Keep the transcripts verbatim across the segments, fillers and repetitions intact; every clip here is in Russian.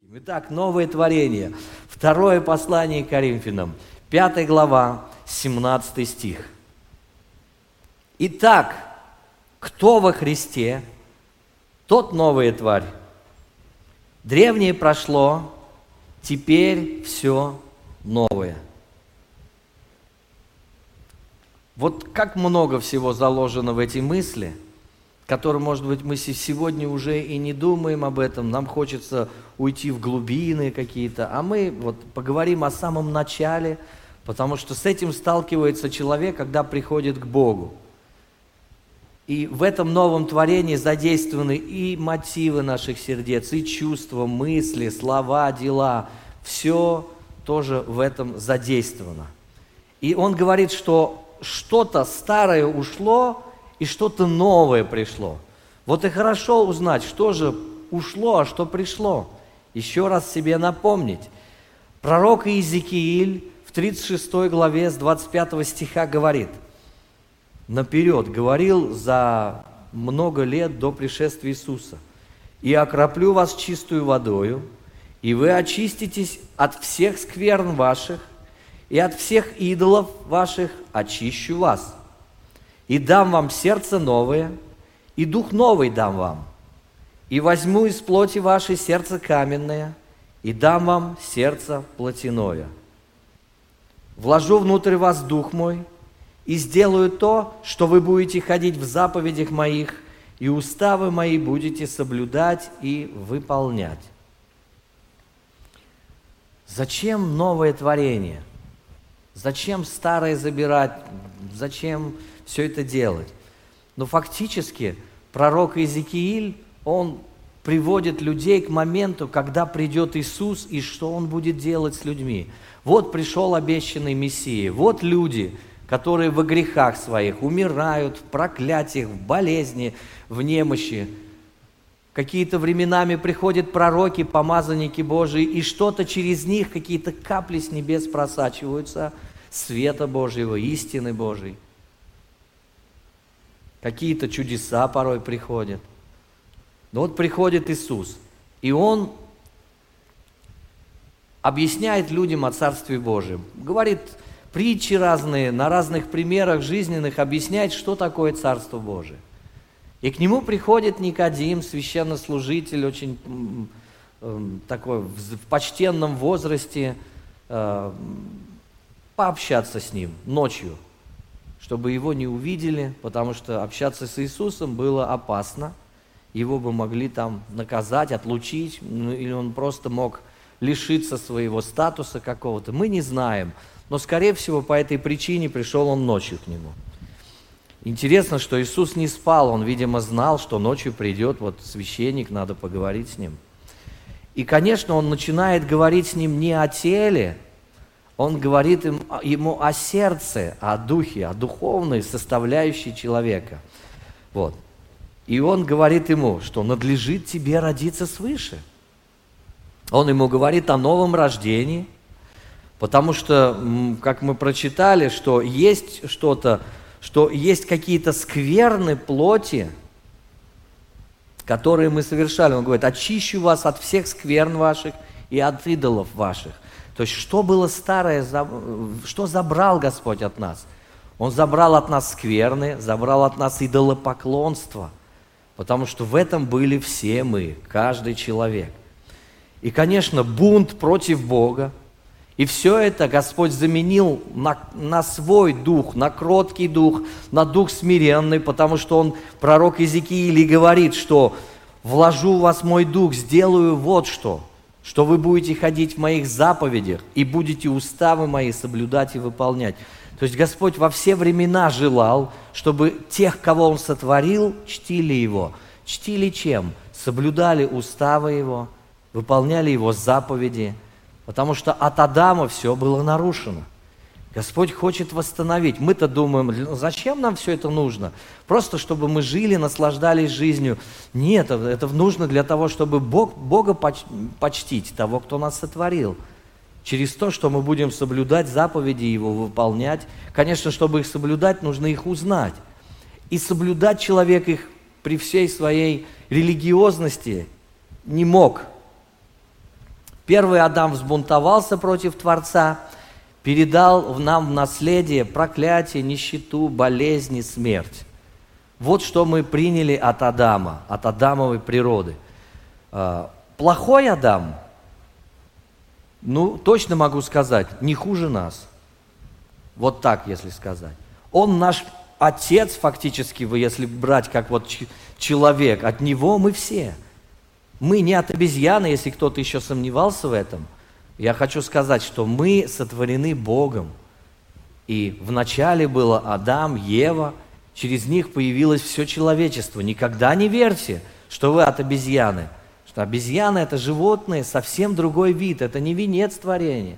Итак, новое творение. Второе послание к Коринфянам, пятая глава, семнадцатый стих. Итак, кто во Христе, тот новая тварь. Древнее прошло, теперь все новое. Вот как много всего заложено в эти мысли, которые, может быть, мы сегодня уже и не думаем об этом, нам хочется уйти в глубины какие-то, а мы вот поговорим о самом начале, потому что с этим сталкивается человек, когда приходит к Богу. И в этом новом творении задействованы и мотивы наших сердец, и чувства, мысли, слова, дела. Все тоже в этом задействовано. И он говорит, что что-то старое ушло, и что-то новое пришло. Вот и хорошо узнать, что же ушло, а что пришло. Еще раз себе напомнить. Пророк Иезекииль в тридцать шестой главе с двадцать пятого стиха говорит, наперед говорил за много лет до пришествия Иисуса. «И окроплю вас чистую водою, и вы очиститесь от всех скверн ваших, и от всех идолов ваших очищу вас. И дам вам сердце новое, и дух новый дам вам. И возьму из плоти вашей сердце каменное, и дам вам сердце плотяное. Вложу внутрь вас дух мой, и сделаю то, что вы будете ходить в заповедях моих, и уставы мои будете соблюдать и выполнять». Зачем новое творение? Зачем старое забирать? Зачем все это делать? Но фактически пророк Иезекииль, он приводит людей к моменту, когда придет Иисус, и что Он будет делать с людьми. Вот пришел обещанный Мессия, вот люди, которые во грехах своих умирают, в проклятиях, в болезни, в немощи. Какие-то временами приходят пророки, помазанники Божии, и что-то через них, какие-то капли с небес просачиваются, света Божьего, истины Божьей. Какие-то чудеса порой приходят. Но вот приходит Иисус, и Он объясняет людям о Царстве Божьем. Говорит притчи разные, на разных примерах жизненных объясняет, что такое Царство Божие. И к Нему приходит Никодим, священнослужитель, очень э, такой в, в почтенном возрасте, э, пообщаться с Ним ночью, чтобы Его не увидели, потому что общаться с Иисусом было опасно. Его бы могли там наказать, отлучить, ну, или он просто мог лишиться своего статуса какого-то. Мы не знаем, но, скорее всего, по этой причине пришел он ночью к Нему. Интересно, что Иисус не спал, Он, видимо, знал, что ночью придет вот священник, надо поговорить с ним. И, конечно, Он начинает говорить с ним не о теле, Он говорит им, ему о сердце, о духе, о духовной составляющей человека. Вот. И Он говорит ему, что надлежит тебе родиться свыше. Он ему говорит о новом рождении, потому что, как мы прочитали, что есть что-то, что есть какие-то скверны плоти, которые мы совершали. Он говорит, очищу вас от всех скверн ваших и от идолов ваших. То есть, что было старое, что забрал Господь от нас? Он забрал от нас скверны, забрал от нас идолопоклонство, потому что в этом были все мы, каждый человек. И, конечно, бунт против Бога. И все это Господь заменил на, на свой дух, на кроткий дух, на дух смиренный, потому что Он, пророк Иезекииль, говорит, что «вложу в вас мой дух, сделаю вот что, что вы будете ходить в моих заповедях и будете уставы мои соблюдать и выполнять». То есть Господь во все времена желал, чтобы тех, кого Он сотворил, чтили Его. Чтили чем? Соблюдали уставы Его, выполняли Его заповеди, потому что от Адама все было нарушено. Господь хочет восстановить. Мы-то думаем, зачем нам все это нужно? Просто чтобы мы жили, наслаждались жизнью. Нет, это нужно для того, чтобы Бог, Бога почтить, того, кто нас сотворил. Через то, что мы будем соблюдать заповеди Его, выполнять. Конечно, чтобы их соблюдать, нужно их узнать. И соблюдать человек их при всей своей религиозности не мог. Первый Адам взбунтовался против Творца, передал нам в наследие проклятие, нищету, болезни, смерть. Вот что мы приняли от Адама, от Адамовой природы. Плохой Адам, ну, точно могу сказать, не хуже нас. Вот так, если сказать. Он наш отец, фактически, если брать как вот человек, от него мы все. Мы не от обезьяны, если кто-то еще сомневался в этом. Я хочу сказать, что мы сотворены Богом. И вначале было Адам, Ева, через них появилось все человечество. Никогда не верьте, что вы от обезьяны. Что обезьяна – это животное, совсем другой вид, это не венец творения.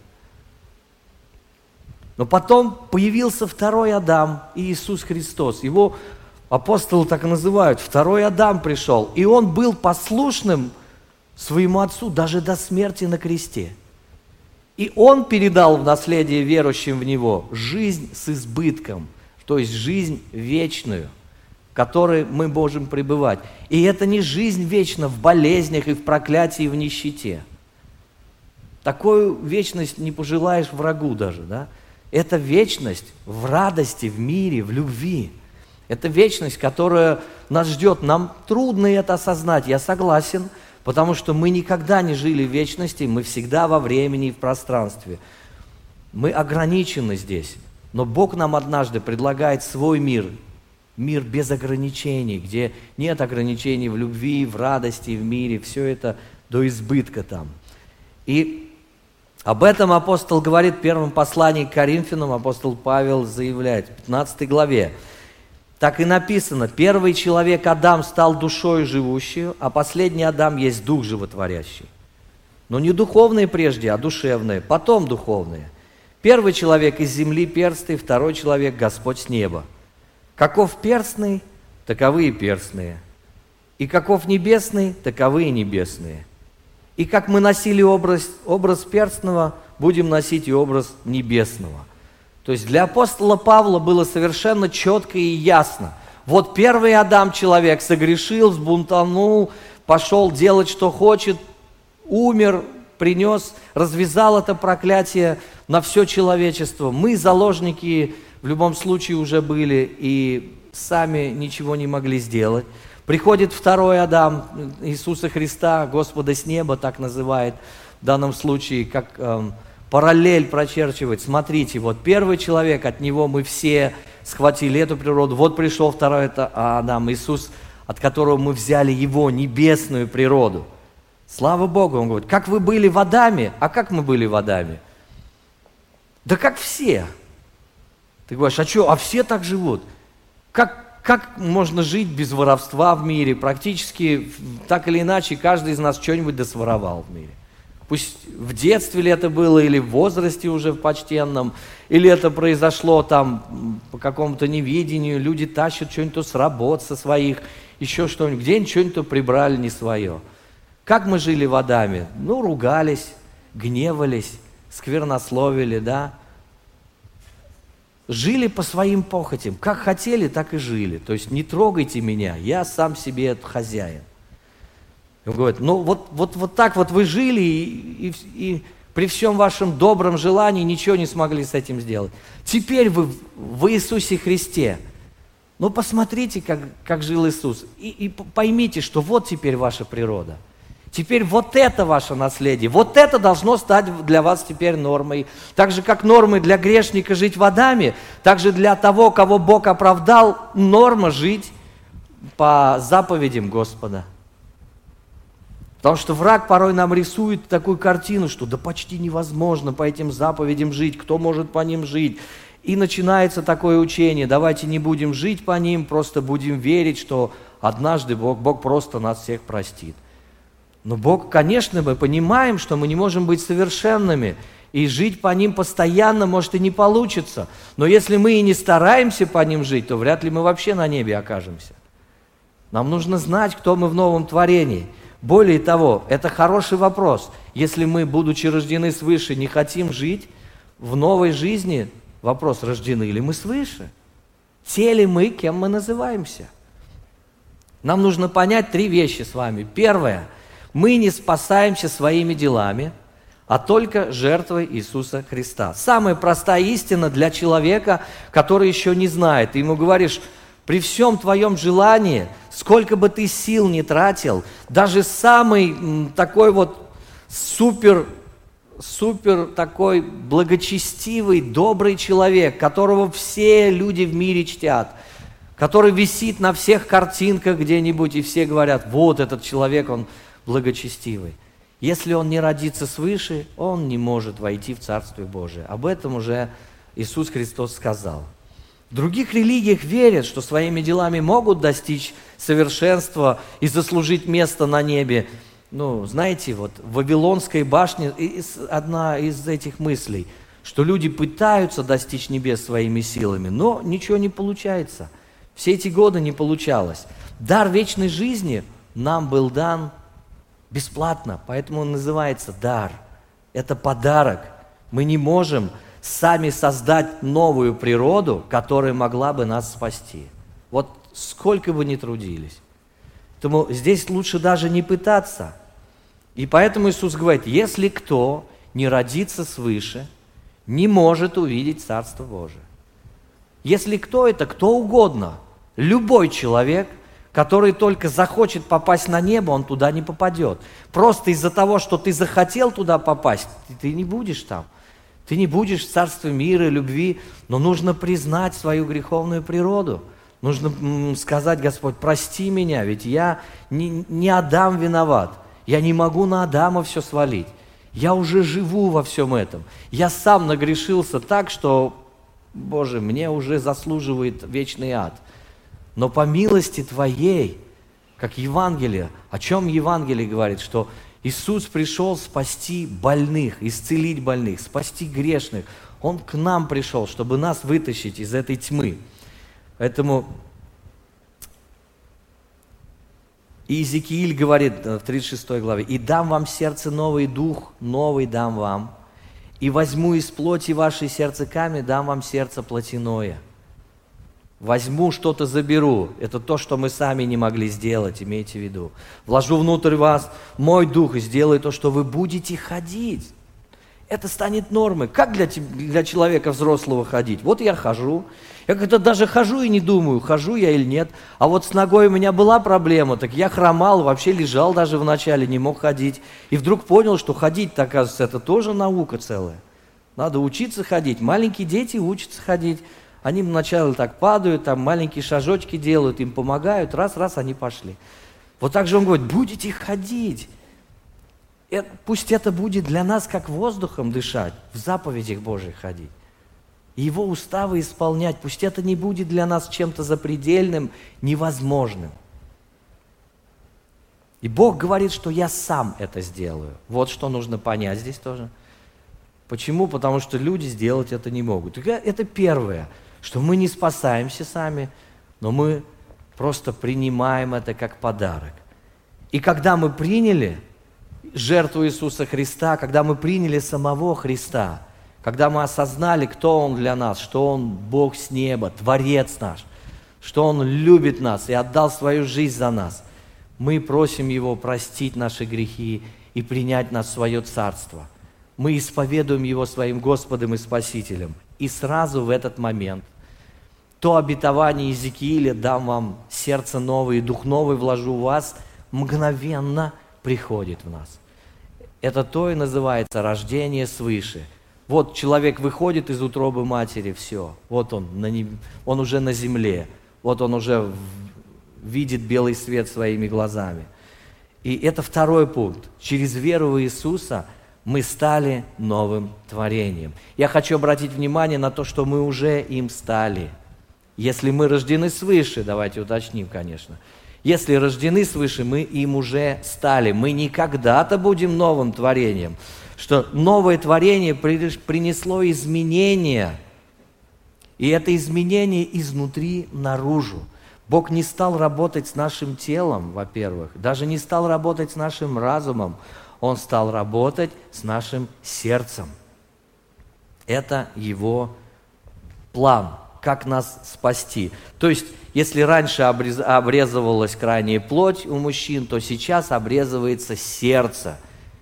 Но потом появился второй Адам, Иисус Христос. Его апостолы так и называют, второй Адам пришел. И он был послушным своему Отцу даже до смерти на кресте. И он передал в наследие верующим в Него жизнь с избытком, то есть жизнь вечную, в которой мы можем пребывать. И это не жизнь вечна в болезнях и в проклятии, и в нищете. Такую вечность не пожелаешь врагу даже, да? Это вечность в радости, в мире, в любви. Это вечность, которая нас ждет. Нам трудно это осознать, я согласен, потому что мы никогда не жили в вечности, мы всегда во времени и в пространстве. Мы ограничены здесь, но Бог нам однажды предлагает свой мир, мир без ограничений, где нет ограничений в любви, в радости, в мире, все это до избытка там. И об этом апостол говорит в первом послании к Коринфянам, апостол Павел заявляет в пятнадцатой главе. Так и написано, первый человек Адам стал душою живущей, а последний Адам есть дух животворящий. Но не духовные прежде, а душевные, потом духовные. Первый человек из земли перстый, второй человек Господь с неба. Каков перстный, таковы и перстные. И каков небесный, таковы и небесные. И как мы носили образ, образ перстного, будем носить и образ небесного. То есть для апостола Павла было совершенно четко и ясно. Вот первый Адам человек согрешил, взбунтанул, пошел делать, что хочет, умер, принес, развязал это проклятие на все человечество. Мы заложники в любом случае уже были и сами ничего не могли сделать. Приходит второй Адам, Иисуса Христа, Господа с неба, так называет в данном случае, как эм, параллель прочерчивать. Смотрите, вот первый человек, от него мы все схватили эту природу. Вот пришел второй это Адам, Иисус, от которого мы взяли его небесную природу. Слава Богу, он говорит, как вы были в Адаме, а как мы были в Адаме? Да как все. Ты говоришь, а что, а все так живут? Как, как можно жить без воровства в мире? Практически так или иначе каждый из нас что-нибудь досворовал в мире. Пусть в детстве ли это было, или в возрасте уже в почтенном, или это произошло там по какому-то неведению, люди тащат что-нибудь с работ, со своих, еще что-нибудь, где-нибудь что-нибудь прибрали не свое. Как мы жили в Адаме? Ну, ругались, гневались, сквернословили, да? Жили по своим похотям. Как хотели, так и жили. То есть не трогайте меня, я сам себе хозяин. И он говорит, ну вот, вот, вот так вот вы жили, и, и, и при всем вашем добром желании ничего не смогли с этим сделать. Теперь вы в Иисусе Христе. Ну посмотрите, как, как жил Иисус. И, и поймите, что вот теперь ваша природа. Теперь вот это ваше наследие, вот это должно стать для вас теперь нормой. Так же, как нормой для грешника жить в Адаме, так же для того, кого Бог оправдал, норма жить по заповедям Господа. Потому что враг порой нам рисует такую картину, что да почти невозможно по этим заповедям жить, кто может по ним жить. И начинается такое учение, давайте не будем жить по ним, просто будем верить, что однажды Бог, Бог просто нас всех простит. Но Бог, конечно, мы понимаем, что мы не можем быть совершенными, и жить по ним постоянно, может, и не получится. Но если мы и не стараемся по ним жить, то вряд ли мы вообще на небе окажемся. Нам нужно знать, кто мы в новом творении. Более того, это хороший вопрос. Если мы, будучи рождены свыше, не хотим жить в новой жизни, вопрос, рождены ли мы свыше? Те ли мы, кем мы называемся? Нам нужно понять три вещи с вами. Первое. Мы не спасаемся своими делами. а только жертвой Иисуса Христа. Самая простая истина для человека, который еще не знает. Ты ему говоришь: при всем твоем желании, сколько бы ты сил не тратил, даже самый м, такой вот супер, супер такой благочестивый, добрый человек, которого все люди в мире чтят, который висит на всех картинках где-нибудь, и все говорят: вот этот человек, он благочестивый. Если он не родится свыше, он не может войти в Царствие Божие. Об этом уже Иисус Христос сказал. В других религиях верят, что своими делами могут достичь совершенства и заслужить место на небе. Ну, знаете, вот в Вавилонской башне одна из этих мыслей, что люди пытаются достичь небес своими силами, но ничего не получается. Все эти годы не получалось. Дар вечной жизни нам был дан бесплатно, поэтому он называется дар. Это подарок. Мы не можем сами создать новую природу, которая могла бы нас спасти. Вот сколько бы ни трудились. Поэтому здесь лучше даже не пытаться. И поэтому Иисус говорит: если кто не родится свыше, не может увидеть Царство Божие. Если кто, это кто угодно, любой человек, который только захочет попасть на небо, он туда не попадет. Просто из-за того, что ты захотел туда попасть, ты не будешь там. Ты не будешь в царстве мира, любви, но нужно признать свою греховную природу. Нужно сказать: Господь, прости меня, ведь я не, не Адам виноват. Я не могу на Адама все свалить. Я уже живу во всем этом. Я сам нагрешился так, что, Боже, мне уже заслуживает вечный ад. Но по милости Твоей, как Евангелие, о чем Евангелие говорит, что Иисус пришел спасти больных, исцелить больных, спасти грешных. Он к нам пришел, чтобы нас вытащить из этой тьмы. Поэтому Иезекииль говорит в тридцать шестой главе: «И дам вам сердце новый, дух новый дам вам, и возьму из плоти вашей сердце камень, дам вам сердце плотяное». Возьму, что-то заберу. Это то, что мы сами не могли сделать, имейте в виду. Вложу внутрь вас мой дух и сделаю то, что вы будете ходить. Это станет нормой. Как для, для человека взрослого ходить? Вот я хожу. Я как-то даже хожу и не думаю, хожу я или нет. А вот с ногой у меня была проблема, так я хромал, вообще лежал даже вначале, не мог ходить. И вдруг понял, что ходить-то, оказывается, это тоже наука целая. Надо учиться ходить. Маленькие дети учатся ходить. Они вначале так падают, там маленькие шажочки делают, им помогают, раз-раз они пошли. Вот так же он говорит: будете ходить. Это, пусть это будет для нас как воздухом дышать, в заповедях Божьих ходить. И Его уставы исполнять. Пусть это не будет для нас чем-то запредельным, невозможным. И Бог говорит, что я сам это сделаю. Вот что нужно понять здесь тоже. Почему? Потому что люди сделать это не могут. Это первое, что мы не спасаемся сами, но мы просто принимаем это как подарок. И когда мы приняли жертву Иисуса Христа, когда мы приняли самого Христа, когда мы осознали, кто Он для нас, что Он Бог с неба, Творец наш, что Он любит нас и отдал свою жизнь за нас, мы просим Его простить наши грехи и принять нас в свое царство. Мы исповедуем Его своим Господом и Спасителем. И сразу в этот момент то обетование Иезекииля: «Дам вам сердце новое и дух новый вложу в вас», мгновенно приходит в нас. Это то и называется рождение свыше. Вот человек выходит из утробы матери, все, вот он, на неб... он уже на земле, вот он уже в... видит белый свет своими глазами. И это второй пункт. Через веру в Иисуса мы стали новым творением. Я хочу обратить внимание на то, что мы уже им стали. Если мы рождены свыше, давайте уточним, конечно. Если рождены свыше, мы им уже стали. Мы не когда-то будем новым творением. Что новое творение принесло изменения. И это изменение изнутри наружу. Бог не стал работать с нашим телом, во-первых, даже не стал работать с нашим разумом. Он стал работать с нашим сердцем. Это Его план, как нас спасти. То есть, если раньше обрезывалась крайняя плоть у мужчин, то сейчас обрезывается сердце.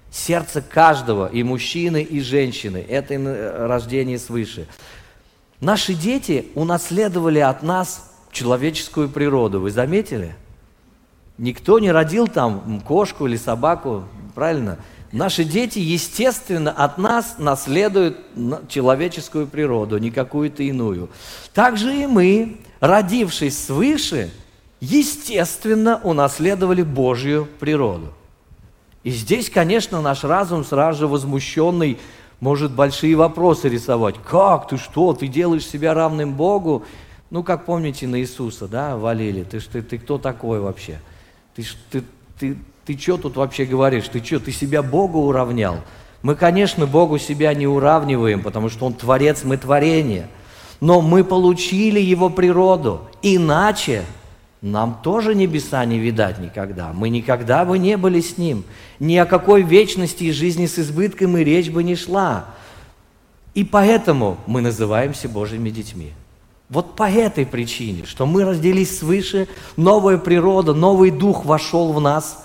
Сердце каждого, и мужчины, и женщины, это рождение свыше. Наши дети унаследовали от нас человеческую природу, вы заметили? Никто не родил там кошку или собаку, правильно? Наши дети, естественно, от нас наследуют человеческую природу, не какую-то иную. Также и мы, родившись свыше, естественно, унаследовали Божью природу. И здесь, конечно, наш разум сразу же возмущенный может большие вопросы рисовать. Как? Ты что? Ты делаешь себя равным Богу? Ну, как помните, на Иисуса, да, валили. Ты, ты, ты кто такой вообще? Ты, ты, ты, ты что тут вообще говоришь? Ты что, ты себя Богу уравнял? Мы, конечно, Богу себя не уравниваем, потому что Он Творец, мы творение. Но мы получили Его природу. Иначе нам тоже небеса не видать никогда. Мы никогда бы не были с Ним. Ни о какой вечности и жизни с избытком и речь бы не шла. И поэтому мы называемся Божьими детьми. Вот по этой причине, что мы родились свыше, новая природа, новый дух вошел в нас.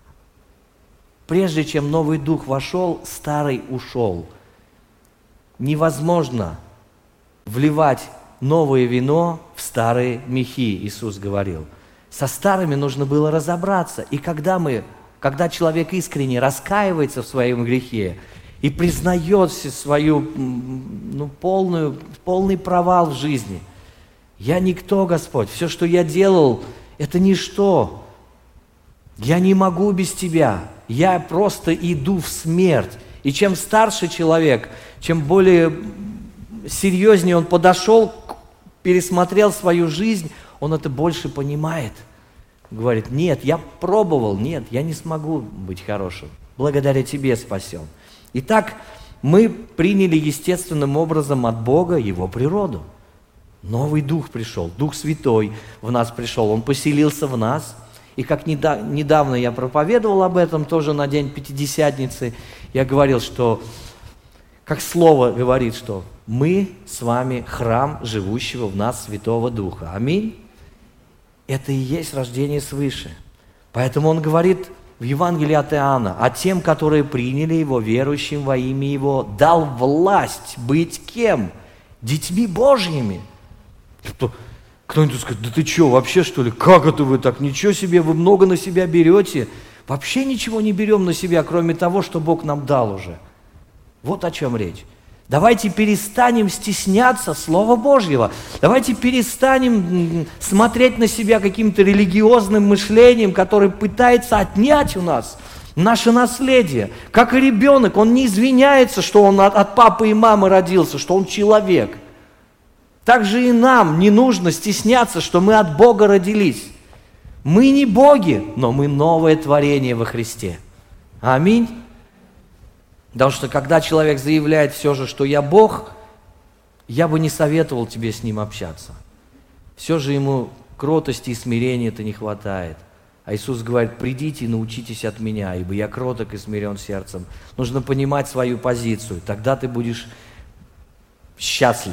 Прежде чем новый дух вошел, старый ушел. Невозможно вливать новое вино в старые мехи, Иисус говорил. Со старыми нужно было разобраться. И когда, мы, когда человек искренне раскаивается в своем грехе и признает свою ну, полную, полный провал в жизни, я никто, Господь, все, что я делал, это ничто. Я не могу без Тебя. Я просто иду в смерть. И чем старше человек, чем более серьезнее он подошел, пересмотрел свою жизнь, он это больше понимает. Говорит, нет, я пробовал, нет, я не смогу быть хорошим. Благодаря Тебе спасен. Итак, мы приняли естественным образом от Бога Его природу. Новый Дух пришел, Дух Святой в нас пришел, Он поселился в нас. И как недавно я проповедовал об этом, тоже на день Пятидесятницы, я говорил, что, как Слово говорит, что мы с вами храм живущего в нас Святого Духа. Аминь. Это и есть рождение свыше. Поэтому Он говорит в Евангелии от Иоанна, а тем, которые приняли Его, верующим во имя Его, дал власть быть кем? Детьми Божьими. Кто-нибудь скажет, да ты что, вообще что ли? Как это вы так? Ничего себе, вы много на себя берете. Вообще ничего не берем на себя, кроме того, что Бог нам дал уже. Вот о чем речь. Давайте перестанем стесняться Слова Божьего. Давайте перестанем смотреть на себя каким-то религиозным мышлением, которое пытается отнять у нас наше наследие. Как и ребенок, он не извиняется, что он от, от папы и мамы родился, что он человек. Так же и нам не нужно стесняться, что мы от Бога родились. Мы не боги, но мы новое творение во Христе. Аминь. Потому что когда человек заявляет все же, что я Бог, я бы не советовал тебе с ним общаться. Все же ему кротости и смирения-то не хватает. А Иисус говорит, придите и научитесь от меня, ибо я кроток и смирен сердцем. Нужно понимать свою позицию, тогда ты будешь счастлив.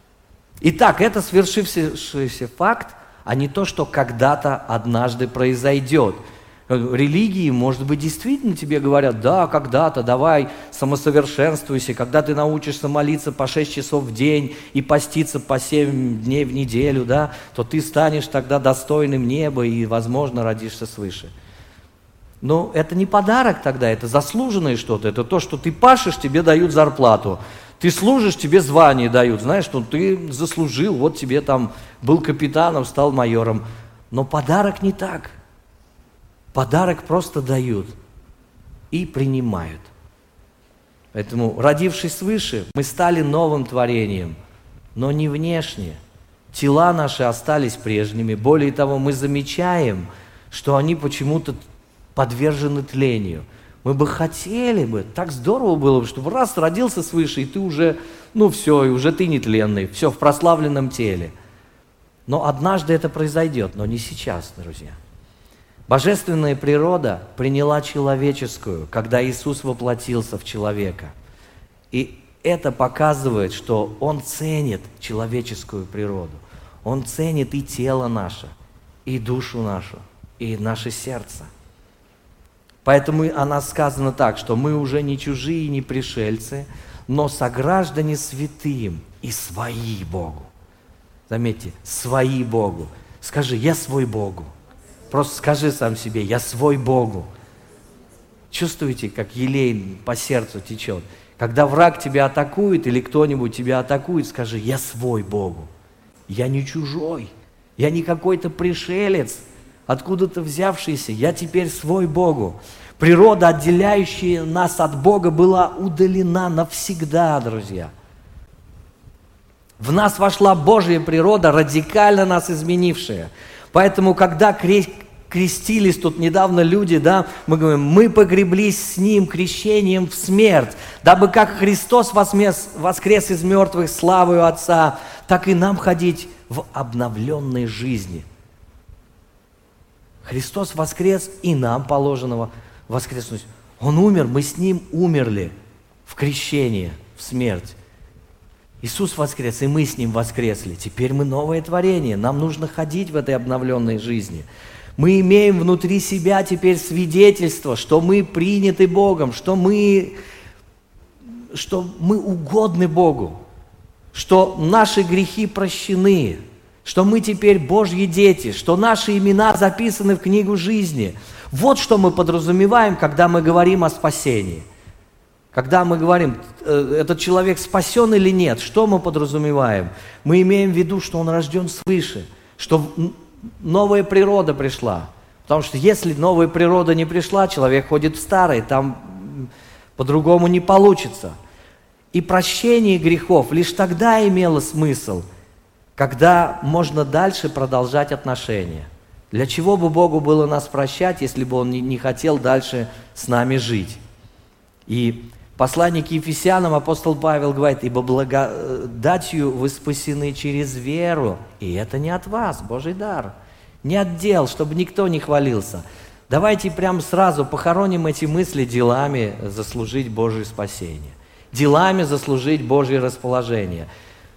Итак, это свершившийся факт, а не то, что когда-то однажды произойдет. Религии, может быть, действительно тебе говорят, да, когда-то, давай, самосовершенствуйся, когда ты научишься молиться по шесть часов в день и поститься по семь дней в неделю, да, то ты станешь тогда достойным неба и, возможно, родишься свыше. Но это не подарок тогда, это заслуженное что-то, это то, что ты пашешь, тебе дают зарплату. Ты служишь, тебе звание дают, знаешь, что ты заслужил, вот тебе там был капитаном, стал майором. Но подарок не так. Подарок просто дают и принимают. Поэтому, родившись свыше, мы стали новым творением, но не внешне. Тела наши остались прежними. Более того, мы замечаем, что они почему-то подвержены тлению. Мы бы хотели бы, так здорово было бы, чтобы раз родился свыше, и ты уже, ну все, и уже ты нетленный, все в прославленном теле. Но однажды это произойдет, но не сейчас, друзья. Божественная природа приняла человеческую, когда Иисус воплотился в человека. И это показывает, что Он ценит человеческую природу. Он ценит и тело наше, и душу нашу, и наше сердце. Поэтому о нас сказано так, что мы уже не чужие, не пришельцы, но сограждане святым и свои Богу. Заметьте, свои Богу. Скажи, я свой Богу. Просто скажи сам себе, я свой Богу. Чувствуете, как елей по сердцу течет? Когда враг тебя атакует или кто-нибудь тебя атакует, скажи, я свой Богу. Я не чужой, я не какой-то пришелец, откуда-то взявшийся, я теперь свой Богу. Природа, отделяющая нас от Бога, была удалена навсегда, друзья. В нас вошла Божья природа, радикально нас изменившая. Поэтому, когда крестились тут недавно люди, да, мы говорим, мы погреблись с Ним крещением в смерть, дабы как Христос воскрес, воскрес из мертвых славою Отца, так и нам ходить в обновленной жизни. Христос воскрес, и нам положено воскреснуть. Он умер, мы с Ним умерли в крещении, в смерть. Иисус воскрес, и мы с Ним воскресли. Теперь мы новое творение. Нам нужно ходить в этой обновленной жизни. Мы имеем внутри себя теперь свидетельство, что мы приняты Богом, что мы, что мы угодны Богу, что наши грехи прощены, что мы теперь Божьи дети, что наши имена записаны в книгу жизни. Вот что мы подразумеваем, когда мы говорим о спасении. Когда мы говорим, этот человек спасен или нет, что мы подразумеваем? Мы имеем в виду, что он рожден свыше, что новая природа пришла. Потому что если новая природа не пришла, человек ходит в старой, там по-другому не получится. И прощение грехов лишь тогда имело смысл, когда можно дальше продолжать отношения. Для чего бы Богу было нас прощать, если бы Он не хотел дальше с нами жить? И в послании к Ефесянам апостол Павел говорит, «Ибо благодатью вы спасены через веру, и это не от вас, Божий дар, не от дел, чтобы никто не хвалился». Давайте прямо сразу похороним эти мысли делами заслужить Божие спасение, делами заслужить Божье расположение.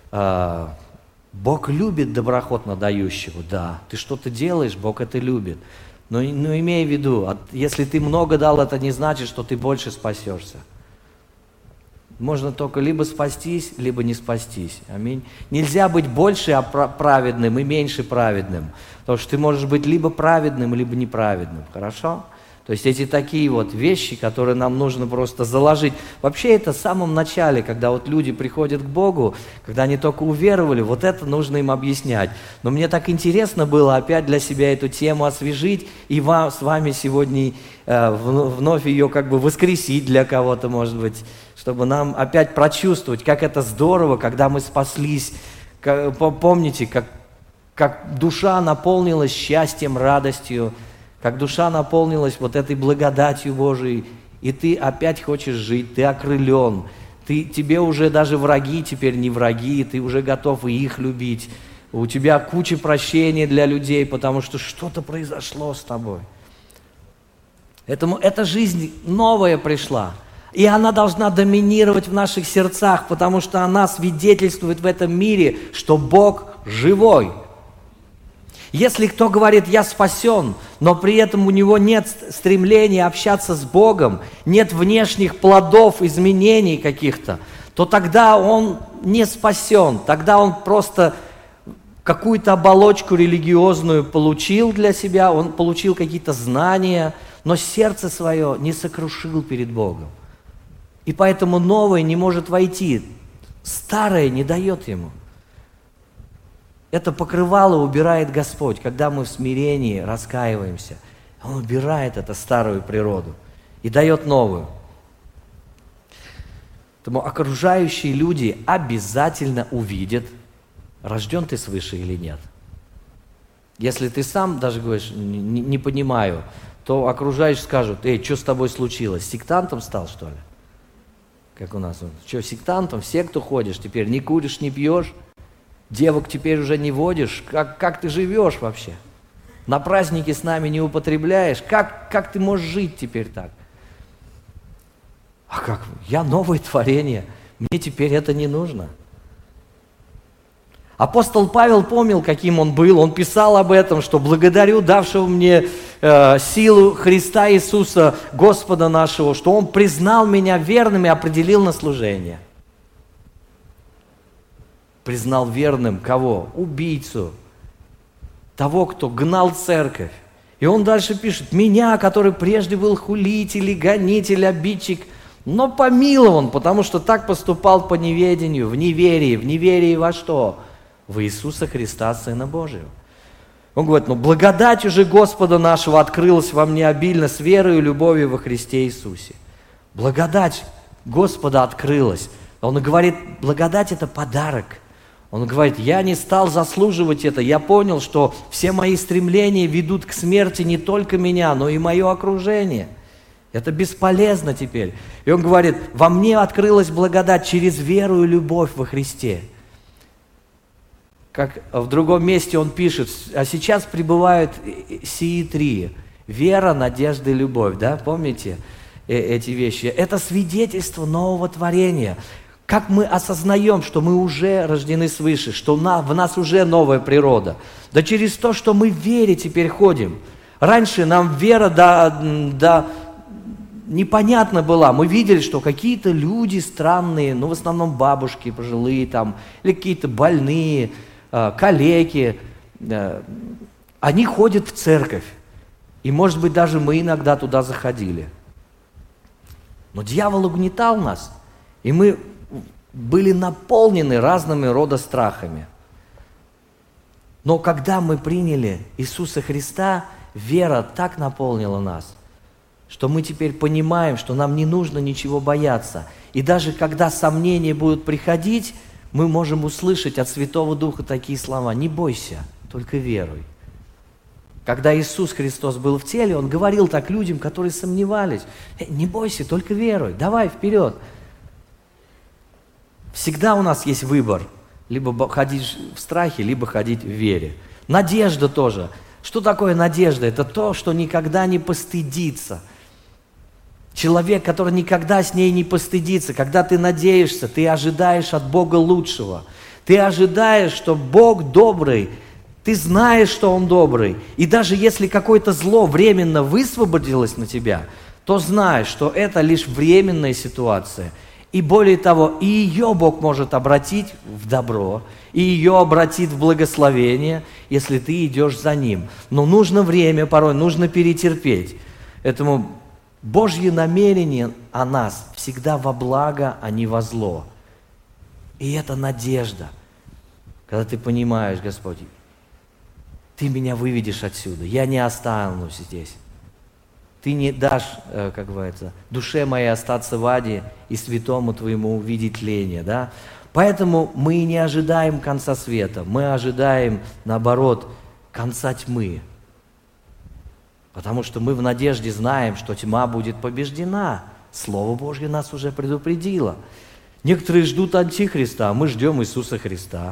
Бог любит доброхотно дающего, да. Ты что-то делаешь, Бог это любит. Но, но имей в виду, если ты много дал, это не значит, что ты больше спасешься. Можно только либо спастись, либо не спастись. Аминь. Нельзя быть больше праведным и меньше праведным. Потому что ты можешь быть либо праведным, либо неправедным. Хорошо? То есть эти такие вот вещи, которые нам нужно просто заложить. Вообще это в самом начале, когда вот люди приходят к Богу, когда они только уверовали, вот это нужно им объяснять. Но мне так интересно было опять для себя эту тему освежить и вам, с вами сегодня э, вновь ее как бы воскресить для кого-то, может быть, чтобы нам опять прочувствовать, как это здорово, когда мы спаслись. Как, помните, как, как душа наполнилась счастьем, радостью, как душа наполнилась вот этой благодатью Божией, и ты опять хочешь жить, ты окрылен, ты, тебе уже даже враги теперь не враги, ты уже готов и их любить, у тебя куча прощения для людей, потому что что-то произошло с тобой. Поэтому эта жизнь новая пришла, и она должна доминировать в наших сердцах, потому что она свидетельствует в этом мире, что Бог живой. Если кто говорит, я спасен, но при этом у него нет стремления общаться с Богом, нет внешних плодов, изменений каких-то, то тогда он не спасен, тогда он просто какую-то оболочку религиозную получил для себя, он получил какие-то знания, но сердце свое не сокрушил перед Богом. И поэтому новое не может войти, старое не дает ему. Это покрывало убирает Господь, когда мы в смирении раскаиваемся. Он убирает эту старую природу и дает новую. Поэтому окружающие люди обязательно увидят, рожден ты свыше или нет. Если ты сам даже говоришь, не, не понимаю, то окружающие скажут, эй, что с тобой случилось? Сектантом стал, что ли? Как у нас. Что, сектантом? В секту ходишь теперь, не куришь, не пьешь? Девок теперь уже не водишь. Как, как ты живешь вообще? На праздники с нами не употребляешь. Как, как ты можешь жить теперь так? А как? Я новое творение. Мне теперь это не нужно. Апостол Павел помнил, каким он был. Он писал об этом, что благодарю давшего мне э, силу Христа Иисуса, Господа нашего, что Он признал меня верным и определил на служение. Признал верным кого? Убийцу. Того, кто гнал церковь. И он дальше пишет: меня, который прежде был хулитель, гонитель, обидчик, но помилован, потому что так поступал по неведению, в неверии. В неверии во что? В Иисуса Христа, Сына Божьего. Он говорит: ну благодать уже Господа нашего открылась во мне обильно с верой и любовью во Христе Иисусе. Благодать Господа открылась. Он говорит, благодать – это подарок. Он говорит: я не стал заслуживать это, я понял, что все мои стремления ведут к смерти не только меня, но и мое окружение. Это бесполезно теперь. И он говорит: во мне открылась благодать через веру и любовь во Христе. Как в другом месте он пишет: а сейчас пребывают сии три: вера, надежда и любовь. Да? Помните эти вещи? Это свидетельство нового творения. Как мы осознаем, что мы уже рождены свыше, что в нас уже новая природа? Да через то, что мы в вере теперь ходим. Раньше нам вера да, да, непонятна была. Мы видели, что какие-то люди странные, ну в основном бабушки пожилые там, или какие-то больные, калеки, они ходят в церковь. И может быть даже мы иногда туда заходили. Но дьявол угнетал нас, и мы были наполнены разными рода страхами. Но когда мы приняли Иисуса Христа, вера так наполнила нас, что мы теперь понимаем, что нам не нужно ничего бояться. И даже когда сомнения будут приходить, мы можем услышать от Святого Духа такие слова: не бойся, только веруй. Когда Иисус Христос был в теле, Он говорил так людям, которые сомневались: не бойся, только веруй, давай вперед. Всегда у нас есть выбор: либо ходить в страхе, либо ходить в вере. Надежда тоже. Что такое надежда? Это то, что никогда не постыдится. Человек, который никогда с ней не постыдится. Когда ты надеешься, ты ожидаешь от Бога лучшего. Ты ожидаешь, что Бог добрый. Ты знаешь, что Он добрый. И даже если какое-то зло временно высвободилось на тебя, то знаешь, что это лишь временная ситуация. И более того, и ее Бог может обратить в добро, и ее обратить в благословение, если ты идешь за Ним. Но нужно время порой, нужно перетерпеть. Поэтому Божьи намерения о нас всегда во благо, а не во зло. И это надежда, когда ты понимаешь: Господь, Ты меня выведешь отсюда, я не останусь здесь. Ты не дашь, как говорится, душе моей остаться в аде и святому Твоему увидеть тление. Да? Поэтому мы не ожидаем конца света, мы ожидаем, наоборот, конца тьмы. Потому что мы в надежде знаем, что тьма будет побеждена. Слово Божье нас уже предупредило. Некоторые ждут Антихриста, а мы ждем Иисуса Христа.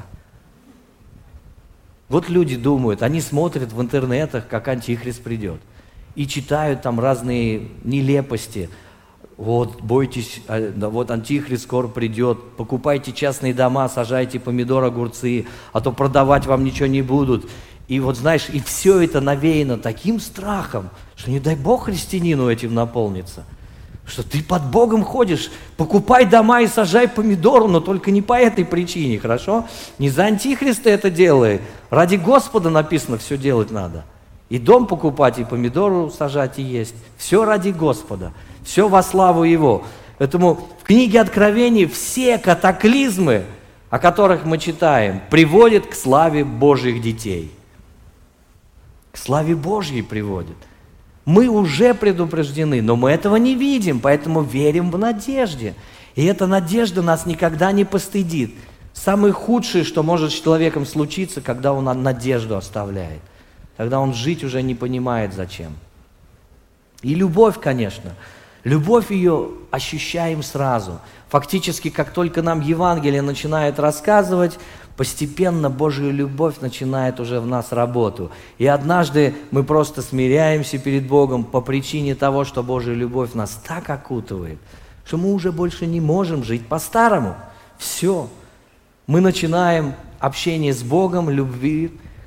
Вот люди думают, они смотрят в интернетах, как Антихрист придет. И читают там разные нелепости. Вот, бойтесь, вот Антихрист скоро придет, покупайте частные дома, сажайте помидоры, огурцы, а то продавать вам ничего не будут. И вот знаешь, и все это навеяно таким страхом, что не дай Бог христианину этим наполнится. Что ты под Богом ходишь, покупай дома и сажай помидоры, но только не по этой причине, хорошо? Не за Антихриста это делай, ради Господа написано, все делать надо. И дом покупать, и помидоры сажать, и есть. Все ради Господа, все во славу Его. Поэтому в книге Откровений все катаклизмы, о которых мы читаем, приводят к славе Божьих детей. К славе Божьей приводят. Мы уже предупреждены, но мы этого не видим, поэтому верим в надежде. И эта надежда нас никогда не постыдит. Самое худшее, что может с человеком случиться, когда он надежду оставляет. Тогда он жить уже не понимает зачем. И любовь, конечно. Любовь ее ощущаем сразу. Фактически, как только нам Евангелие начинает рассказывать, постепенно Божья любовь начинает уже в нас работу. И однажды мы просто смиряемся перед Богом по причине того, что Божья любовь нас так окутывает, что мы уже больше не можем жить по-старому. Все. Мы начинаем общение с Богом, любви,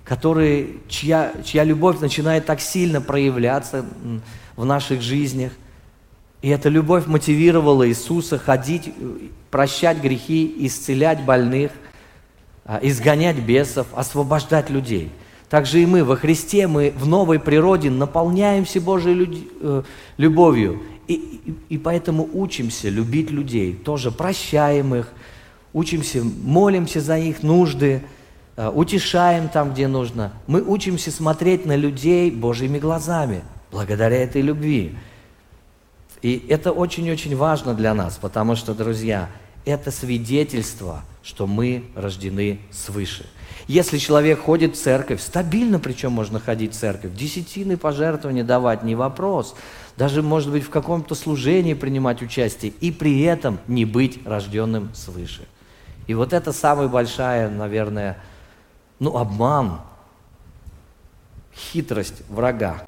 которые, чья, чья любовь начинает так сильно проявляться в наших жизнях. И эта любовь мотивировала Иисуса ходить, прощать грехи, исцелять больных, изгонять бесов, освобождать людей. Также и мы во Христе, мы в новой природе наполняемся Божьей любовью. И, и, и поэтому учимся любить людей, тоже прощаем их, учимся, молимся за их нужды, утешаем там, где нужно. Мы учимся смотреть на людей Божьими глазами, благодаря этой любви. И это очень-очень важно для нас, потому что, друзья, это свидетельство, что мы рождены свыше. Если человек ходит в церковь, стабильно причем можно ходить в церковь, десятины пожертвования давать, не вопрос, даже, может быть, в каком-то служении принимать участие, и при этом не быть рожденным свыше. И вот это самая большая, наверное, ну, обман, хитрость врага.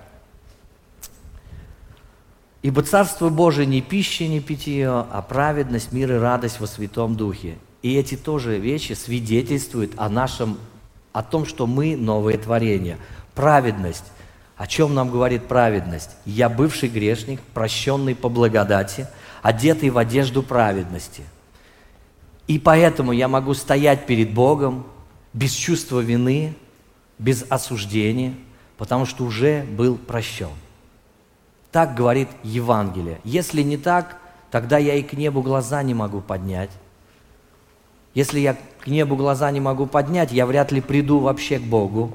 Ибо Царство Божие не пища, не питье, а праведность, мир и радость во Святом Духе. И эти тоже вещи свидетельствуют о нашем, о том, что мы новое творение. Праведность. О чем нам говорит праведность? Я бывший грешник, прощенный по благодати, одетый в одежду праведности. И поэтому я могу стоять перед Богом без чувства вины, без осуждения, потому что уже был прощен. Так говорит Евангелие. Если не так, тогда я и к небу глаза не могу поднять. Если я к небу глаза не могу поднять, я вряд ли приду вообще к Богу.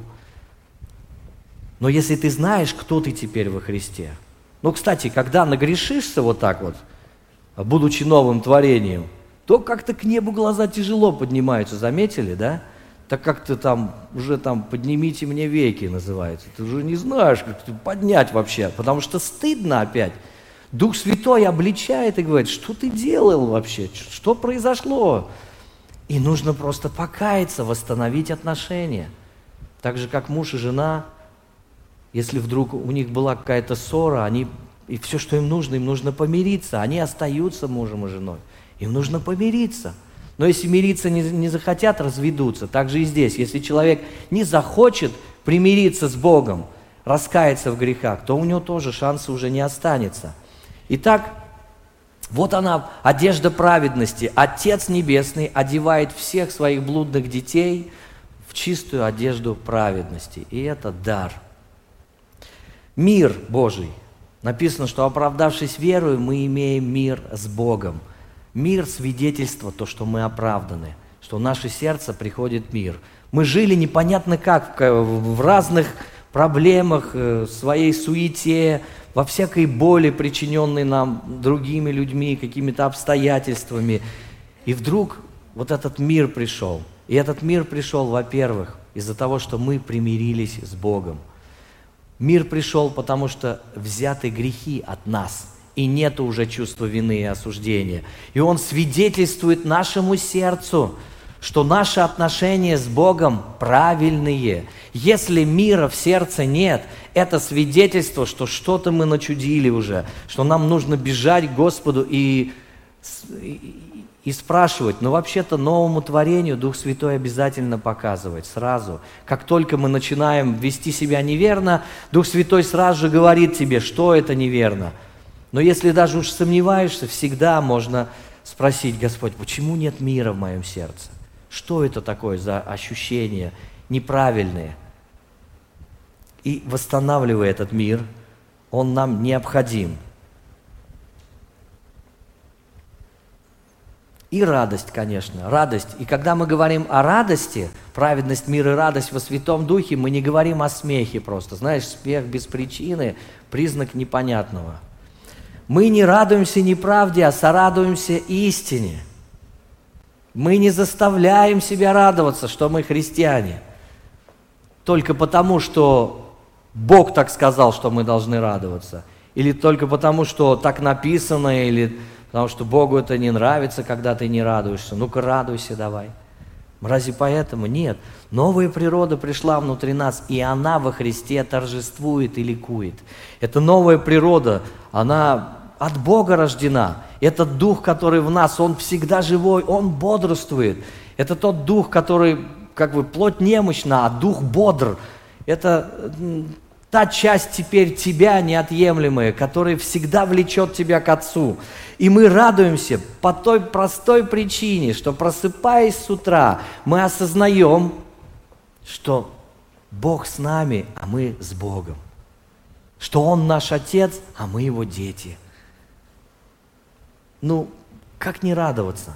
Но если ты знаешь, кто ты теперь во Христе. Ну, кстати, когда нагрешишься вот так вот, будучи новым творением, то как-то к небу глаза тяжело поднимаются, заметили, да? Так как-то там, уже там, поднимите мне веки называется. Ты уже не знаешь, как поднять вообще, потому что стыдно опять. Дух Святой обличает и говорит, что ты делал вообще, что произошло? И нужно просто покаяться, восстановить отношения. Так же, как муж и жена, если вдруг у них была какая-то ссора, они, и все, что им нужно, им нужно помириться. Они остаются мужем и женой. Им нужно помириться. Но если мириться не, не захотят, разведутся. Так же и здесь. Если человек не захочет примириться с Богом, раскаяться в грехах, то у него тоже шанса уже не останется. Итак, вот она, одежда праведности. Отец Небесный одевает всех своих блудных детей в чистую одежду праведности. И это дар. Мир Божий. Написано, что оправдавшись верою, мы имеем мир с Богом. Мир – свидетельство, то, что мы оправданы, что в наше сердце приходит мир. Мы жили непонятно как, в разных проблемах, в своей суете, во всякой боли, причиненной нам другими людьми, какими-то обстоятельствами. И вдруг вот этот мир пришел. И этот мир пришел, во-первых, из-за того, что мы примирились с Богом. Мир пришел, потому что взяты грехи от нас. И нет уже чувства вины и осуждения. И Он свидетельствует нашему сердцу, что наши отношения с Богом правильные. Если мира в сердце нет, это свидетельство, что что-то мы начудили уже, что нам нужно бежать к Господу и, и, и спрашивать. Но вообще-то новому творению Дух Святой обязательно показывает сразу. Как только мы начинаем вести себя неверно, Дух Святой сразу же говорит тебе, что это неверно. Но если даже уж сомневаешься, всегда можно спросить: Господь, почему нет мира в моем сердце? Что это такое за ощущения неправильные? И восстанавливая этот мир, он нам необходим. И радость, конечно, радость. И когда мы говорим о радости, праведность, мир и радость во Святом Духе, мы не говорим о смехе просто. Знаешь, смех без причины – признак непонятного. Мы не радуемся неправде, а сорадуемся истине. Мы не заставляем себя радоваться, что мы христиане, только потому, что Бог так сказал, что мы должны радоваться, или только потому, что так написано, или потому что Богу это не нравится, когда ты не радуешься. Ну-ка, радуйся давай. Разве поэтому? Нет. Новая природа пришла внутри нас, и она во Христе торжествует и ликует. Эта новая природа, она от Бога рождена. Этот Дух, который в нас, Он всегда живой, Он бодрствует. Это тот Дух, который как бы плоть немощна, а дух бодр. Это та часть теперь тебя неотъемлемая, которая всегда влечет тебя к Отцу. И мы радуемся по той простой причине, что, просыпаясь с утра, мы осознаем, что Бог с нами, а мы с Богом. Что Он наш Отец, а мы Его дети. Ну, как не радоваться,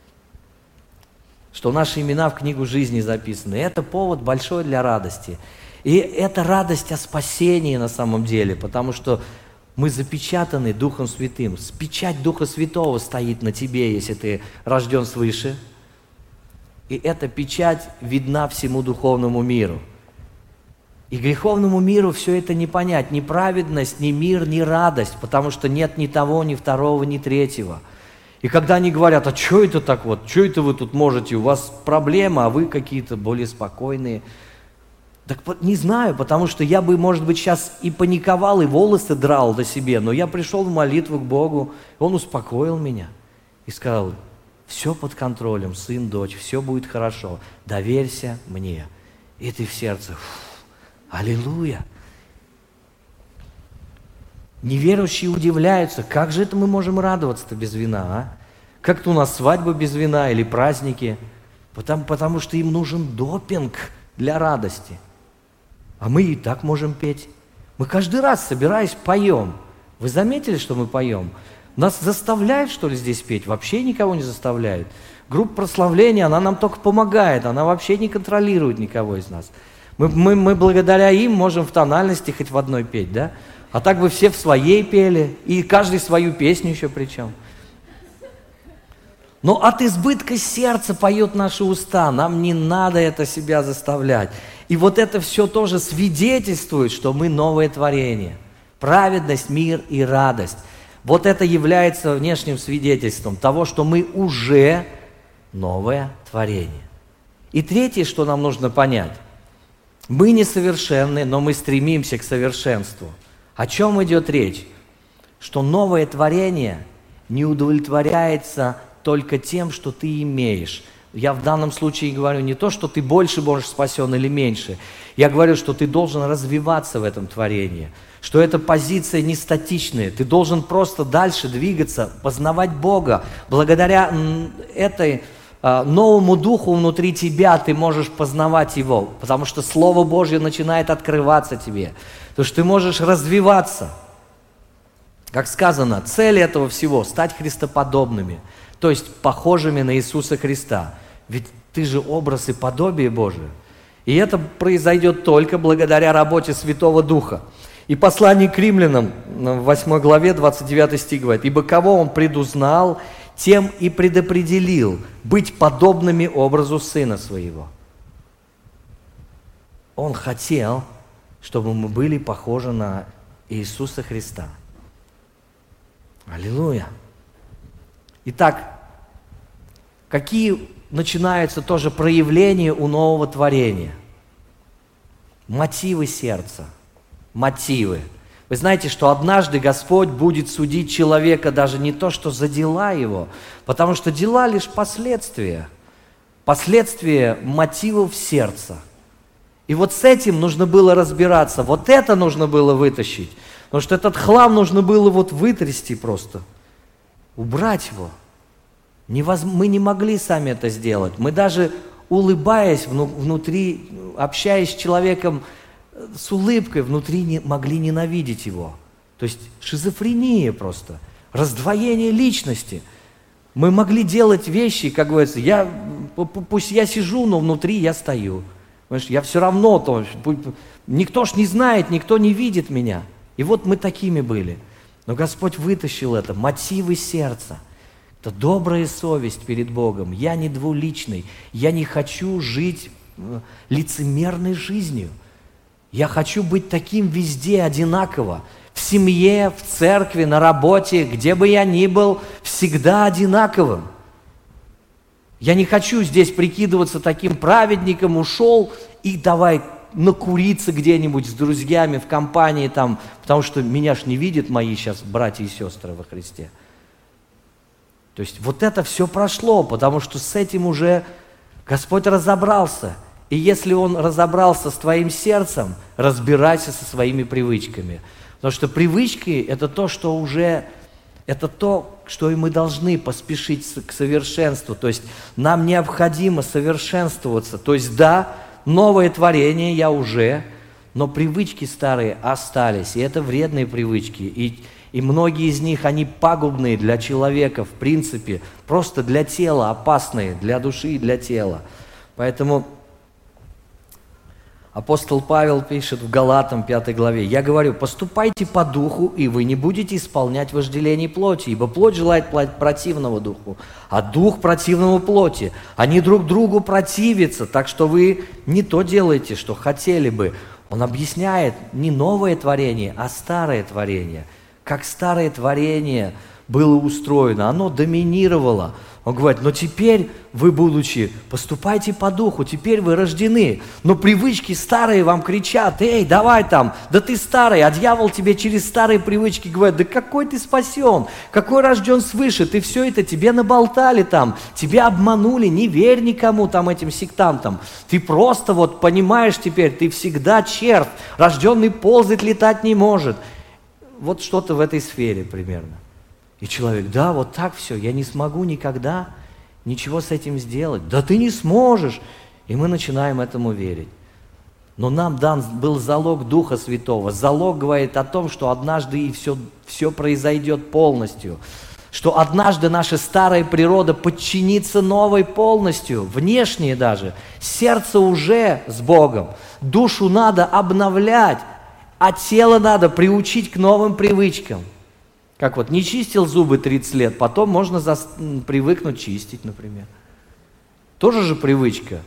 что наши имена в книгу жизни записаны. Это повод большой для радости. И это радость о спасении на самом деле, потому что мы запечатаны Духом Святым. Печать Духа Святого стоит на тебе, если ты рожден свыше. И эта печать видна всему духовному миру. И греховному миру все это не понять, ни праведность, ни мир, ни радость, потому что нет ни того, ни второго, ни третьего. И когда они говорят, а что это так вот, что это вы тут можете, у вас проблемы, а вы какие-то более спокойные. Так не знаю, потому что я бы, может быть, сейчас и паниковал, и волосы драл до себе, но я пришел в молитву к Богу, Он успокоил меня и сказал, все под контролем, сын, дочь, все будет хорошо, доверься мне. И ты в сердце, аллилуйя. Неверующие удивляются, как же это мы можем радоваться-то без вина, а? Как-то у нас свадьба без вина или праздники, потому, потому что им нужен допинг для радости. А мы и так можем петь. Мы каждый раз, собираясь, поем. Вы заметили, что мы поем? Нас заставляют, что ли, здесь петь? Вообще никого не заставляют. Группа прославления, она нам только помогает, она вообще не контролирует никого из нас. Мы, мы, мы благодаря им можем в тональности хоть в одной петь, да? А так бы все в своей пели, и каждый свою песню еще причем. Но от избытка сердца поют наши уста, нам не надо это себя заставлять. И вот это все тоже свидетельствует, что мы новое творение. Праведность, мир и радость. Вот это является внешним свидетельством того, что мы уже новое творение. И третье, что нам нужно понять. Мы несовершенны, но мы стремимся к совершенству. О чем идет речь? Что новое творение не удовлетворяется только тем, что ты имеешь. Я в данном случае говорю не то, что ты больше можешь спасен или меньше. Я говорю, что ты должен развиваться в этом творении. Что эта позиция не статичная. Ты должен просто дальше двигаться, познавать Бога. Благодаря этой новому духу внутри тебя ты можешь познавать Его. Потому что Слово Божье начинает открываться тебе. Потому что ты можешь развиваться. Как сказано, цель этого всего – стать христоподобными. То есть похожими на Иисуса Христа. Ведь ты же образ и подобие Божие. И это произойдет только благодаря работе Святого Духа. И послание к римлянам в восьмой главе двадцать девятый стих говорит, «Ибо кого Он предузнал, тем и предопределил быть подобными образу Сына Своего». Он хотел, чтобы мы были похожи на Иисуса Христа. Аллилуйя! Итак, какие начинаются тоже проявления у нового творения? Мотивы сердца. Мотивы. Вы знаете, что однажды Господь будет судить человека даже не то, что за дела его, потому что дела лишь последствия. Последствия мотивов сердца. И вот с этим нужно было разбираться. Вот это нужно было вытащить. Потому что этот хлам нужно было вот вытрясти просто. Убрать его. Невоз... Мы не могли сами это сделать. Мы даже улыбаясь внутри, общаясь с человеком с улыбкой, внутри не могли ненавидеть его. То есть шизофрения просто, раздвоение личности. Мы могли делать вещи, как говорится, я, пусть я сижу, но внутри я стою. Понимаешь, я все равно, то, никто ж не знает, никто не видит меня. И вот мы такими были. Но Господь вытащил это, мотивы сердца. Это добрая совесть перед Богом. Я не двуличный. Я не хочу жить лицемерной жизнью. Я хочу быть таким везде одинаково. В семье, в церкви, на работе, где бы я ни был, всегда одинаковым. Я не хочу здесь прикидываться таким праведником, ушел и давай накуриться где-нибудь с друзьями в компании там, потому что меня ж не видят мои сейчас братья и сестры во Христе. То есть вот это все прошло, потому что с этим уже Господь разобрался. И если он разобрался с твоим сердцем, разбирайся со своими привычками. Потому что привычки – это то, что уже, это то, что и мы должны поспешить к совершенству. То есть нам необходимо совершенствоваться. То есть да, новое творение я уже, но привычки старые остались. И это вредные привычки. И, и многие из них, они пагубные для человека, в принципе, просто для тела, опасные, для души и для тела. Поэтому апостол Павел пишет в Галатам пятой главе: «Я говорю, поступайте по духу, и вы не будете исполнять вожделений плоти, ибо плоть желает противного духу, а дух противного плоти. Они друг другу противятся, так что вы не то делаете, что хотели бы». Он объясняет не новое творение, а старое творение. Как старое творение было устроено, оно доминировало. Он говорит: но теперь вы, будучи, поступайте по духу, теперь вы рождены. Но привычки старые вам кричат: эй, давай там, да ты старый. А дьявол тебе через старые привычки говорит: да какой ты спасен, какой рожден свыше, ты все это, тебе наболтали там, тебя обманули, не верь никому там этим сектантам. Ты просто вот понимаешь теперь, ты всегда червь, рожденный ползать, летать не может. Вот что-то в этой сфере примерно. И человек: да, вот так все, я не смогу никогда ничего с этим сделать. Да ты не сможешь. И мы начинаем этому верить. Но нам дан был залог Духа Святого. Залог говорит о том, что однажды и все, все произойдет полностью. Что однажды наша старая природа подчинится новой полностью, внешне даже. Сердце уже с Богом. Душу надо обновлять, а тело надо приучить к новым привычкам. Как вот не чистил зубы тридцать лет, потом можно зас... привыкнуть чистить, например. Тоже же привычка.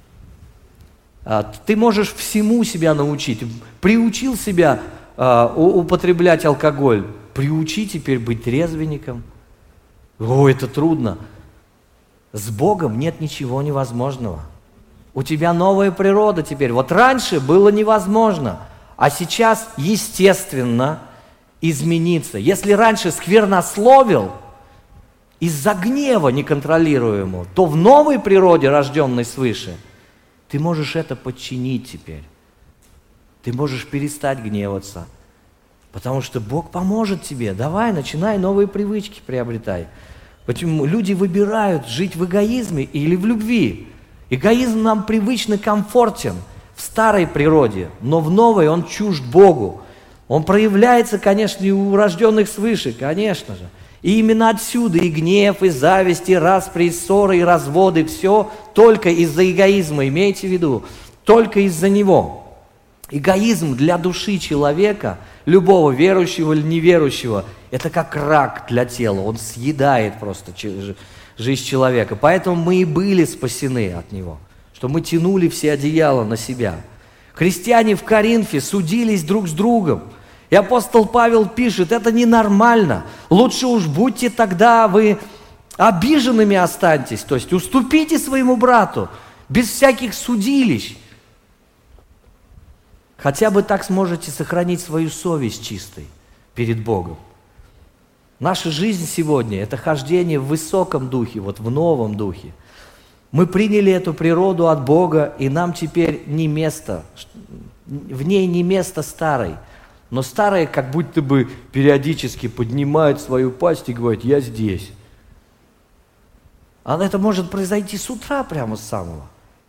А, ты можешь всему себя научить. Приучил себя а, употреблять алкоголь, приучи теперь быть трезвенником. О, это трудно. С Богом нет ничего невозможного. У тебя новая природа теперь. Вот раньше было невозможно, а сейчас естественно измениться. Если раньше сквернословил из-за гнева неконтролируемого, то в новой природе, рожденной свыше, ты можешь это подчинить теперь. Ты можешь перестать гневаться, потому что Бог поможет тебе. Давай, начинай новые привычки приобретай. Почему люди выбирают жить в эгоизме или в любви? Эгоизм нам привычно комфортен в старой природе, но в новой он чужд Богу. Он проявляется, конечно, и у рожденных свыше, конечно же. И именно отсюда и гнев, и зависть, и распри, и ссоры, и разводы, все только из-за эгоизма, имейте в виду, только из-за него. Эгоизм для души человека, любого верующего или неверующего, это как рак для тела, он съедает просто жизнь человека. Поэтому мы и были спасены от него, что мы тянули все одеяла на себя. Христиане в Коринфе судились друг с другом. И апостол Павел пишет: это ненормально. Лучше уж будьте тогда вы обиженными останьтесь. То есть уступите своему брату без всяких судилищ. Хотя бы так сможете сохранить свою совесть чистой перед Богом. Наша жизнь сегодня – это хождение в высоком духе, вот в новом духе. Мы приняли эту природу от Бога, и нам теперь не место, в ней не место старой. Но старые как будто бы периодически поднимают свою пасть и говорят: я здесь. А это может произойти с утра прямо с самого.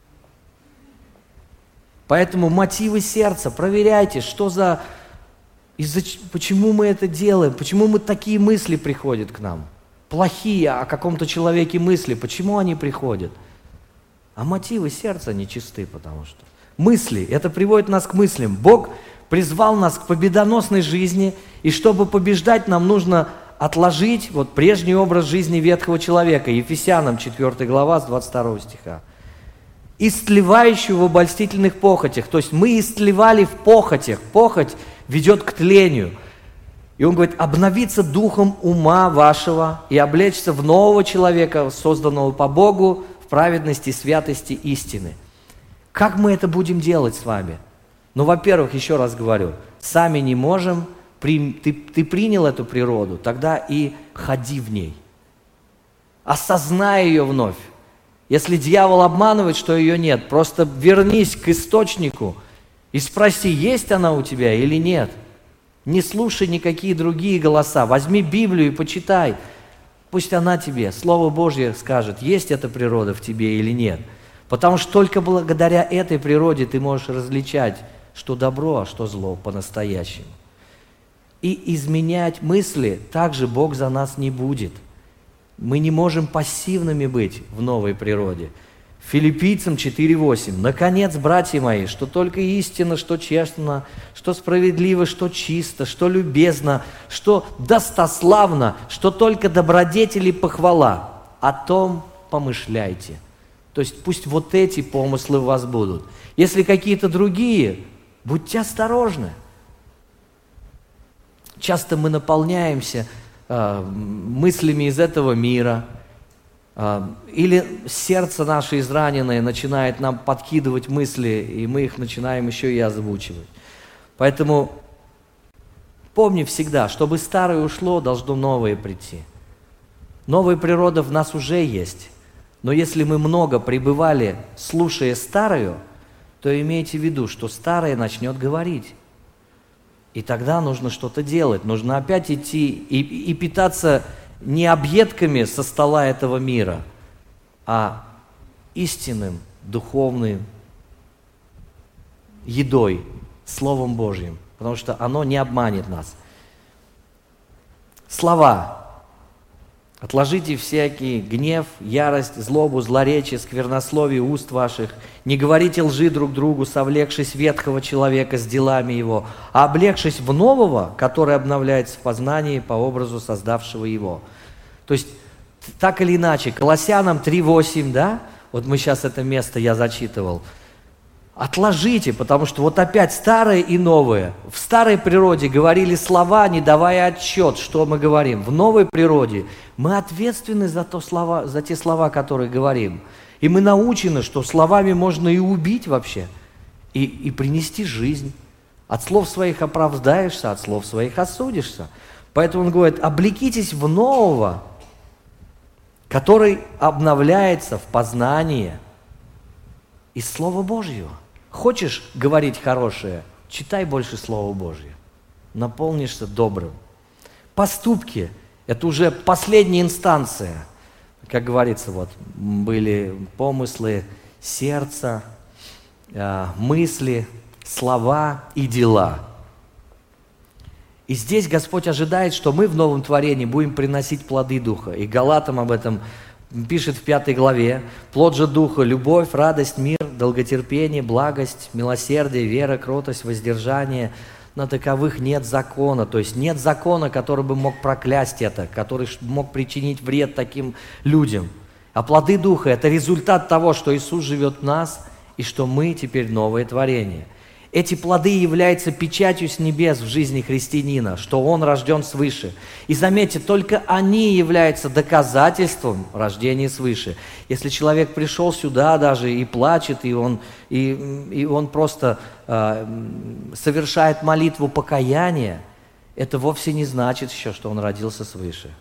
Поэтому мотивы сердца, проверяйте, что за, из-за, почему мы это делаем, почему мы такие мысли приходят к нам. Плохие о каком-то человеке мысли, почему они приходят? А мотивы сердца нечисты, потому что. Мысли, это приводит нас к мыслям. Бог призвал нас к победоносной жизни, и чтобы побеждать, нам нужно отложить вот прежний образ жизни ветхого человека. Ефесянам четвёртая глава с двадцать второго стиха. Истлевающего в обольстительных похотях. То есть мы истлевали в похотях. Похоть ведет к тлению. И он говорит: обновиться духом ума вашего и облечься в нового человека, созданного по Богу, в праведности, святости, истины. Как мы это будем делать с вами? Ну, во-первых, еще раз говорю, сами не можем, ты, ты принял эту природу, тогда и ходи в ней. Осознай ее вновь. Если дьявол обманывает, что ее нет, просто вернись к источнику и спроси, есть она у тебя или нет. Не слушай никакие другие голоса. Возьми Библию и почитай. Пусть она тебе, Слово Божье, скажет, есть эта природа в тебе или нет. Потому что только благодаря этой природе ты можешь различать, что добро, а что зло по-настоящему. И изменять мысли также Бог за нас не будет. Мы не можем пассивными быть в новой природе. Филиппийцам четыре восемь. «Наконец, братья мои, что только истинно, что честно, что справедливо, что чисто, что любезно, что достославно, что только добродетели похвала, о том помышляйте». То есть пусть вот эти помыслы у вас будут. Если какие-то другие, будьте осторожны. Часто мы наполняемся э, мыслями из этого мира, э, или сердце наше израненное начинает нам подкидывать мысли, и мы их начинаем еще и озвучивать. Поэтому помни всегда, чтобы старое ушло, должно новое прийти. Новая природа в нас уже есть, но если мы много пребывали, слушая старую, то имейте в виду, что старое начнет говорить. И тогда нужно что-то делать, нужно опять идти и, и питаться не объедками со стола этого мира, а истинным, духовным едой, Словом Божьим, потому что оно не обманет нас. Слова. Отложите всякий гнев, ярость, злобу, злоречие, сквернословие уст ваших. Не говорите лжи друг другу, совлекшись ветхого человека с делами его, а облегшись в нового, который обновляется в познании по образу создавшего его. То есть, так или иначе, Колоссянам три восемь, да? Вот мы сейчас это место я зачитывал. Отложите, потому что вот опять старое и новое. В старой природе говорили слова, не давая отчет, что мы говорим. В новой природе мы ответственны за, то слова, за те слова, которые говорим. И мы научены, что словами можно и убить вообще, и, и принести жизнь. От слов своих оправдаешься, от слов своих осудишься. Поэтому он говорит, облекитесь в нового, который обновляется в познании из Слова Божьего. Хочешь говорить хорошее, читай больше Слова Божьего. Наполнишься добрым. Поступки – это уже последняя инстанция. Как говорится, вот были помыслы сердца, мысли, слова и дела. И здесь Господь ожидает, что мы в новом творении будем приносить плоды Духа. И Галатам об этом пишет в пятой главе. Плод же Духа – любовь, радость, мир, долготерпение, благость, милосердие, вера, кротость, воздержание. На таковых нет закона. То есть нет закона, который бы мог проклясть это, который мог причинить вред таким людям. А плоды Духа – это результат того, что Иисус живет в нас и что мы теперь новое творение. Эти плоды являются печатью с небес в жизни христианина, что он рожден свыше. И заметьте, только они являются доказательством рождения свыше. Если человек пришел сюда даже и плачет, и он, и, и он просто э, совершает молитву покаяния, это вовсе не значит еще, что он родился свыше.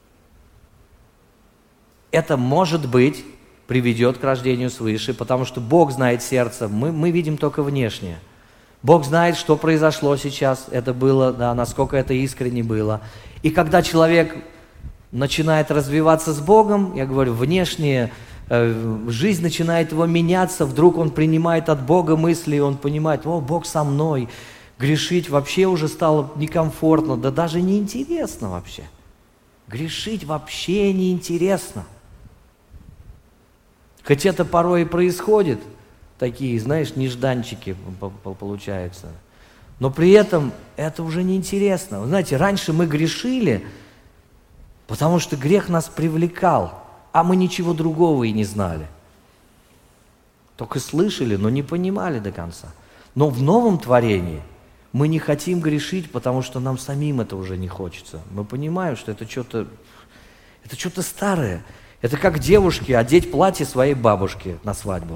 Это, может быть, приведет к рождению свыше, потому что Бог знает сердце, мы, мы видим только внешнее. Бог знает, что произошло сейчас, это было, да, насколько это искренне было. И когда человек начинает развиваться с Богом, я говорю, внешняя э, жизнь начинает его меняться, вдруг он принимает от Бога мысли, и он понимает, о, Бог со мной, грешить вообще уже стало некомфортно, да даже неинтересно вообще. Грешить вообще неинтересно. Хоть это порой и происходит, такие, знаешь, нежданчики получаются. Но при этом это уже неинтересно. Вы знаете, раньше мы грешили, потому что грех нас привлекал, а мы ничего другого и не знали. Только слышали, но не понимали до конца. Но в новом творении мы не хотим грешить, потому что нам самим это уже не хочется. Мы понимаем, что это что-то, это что-то старое. Это как девушке одеть платье своей бабушки на свадьбу.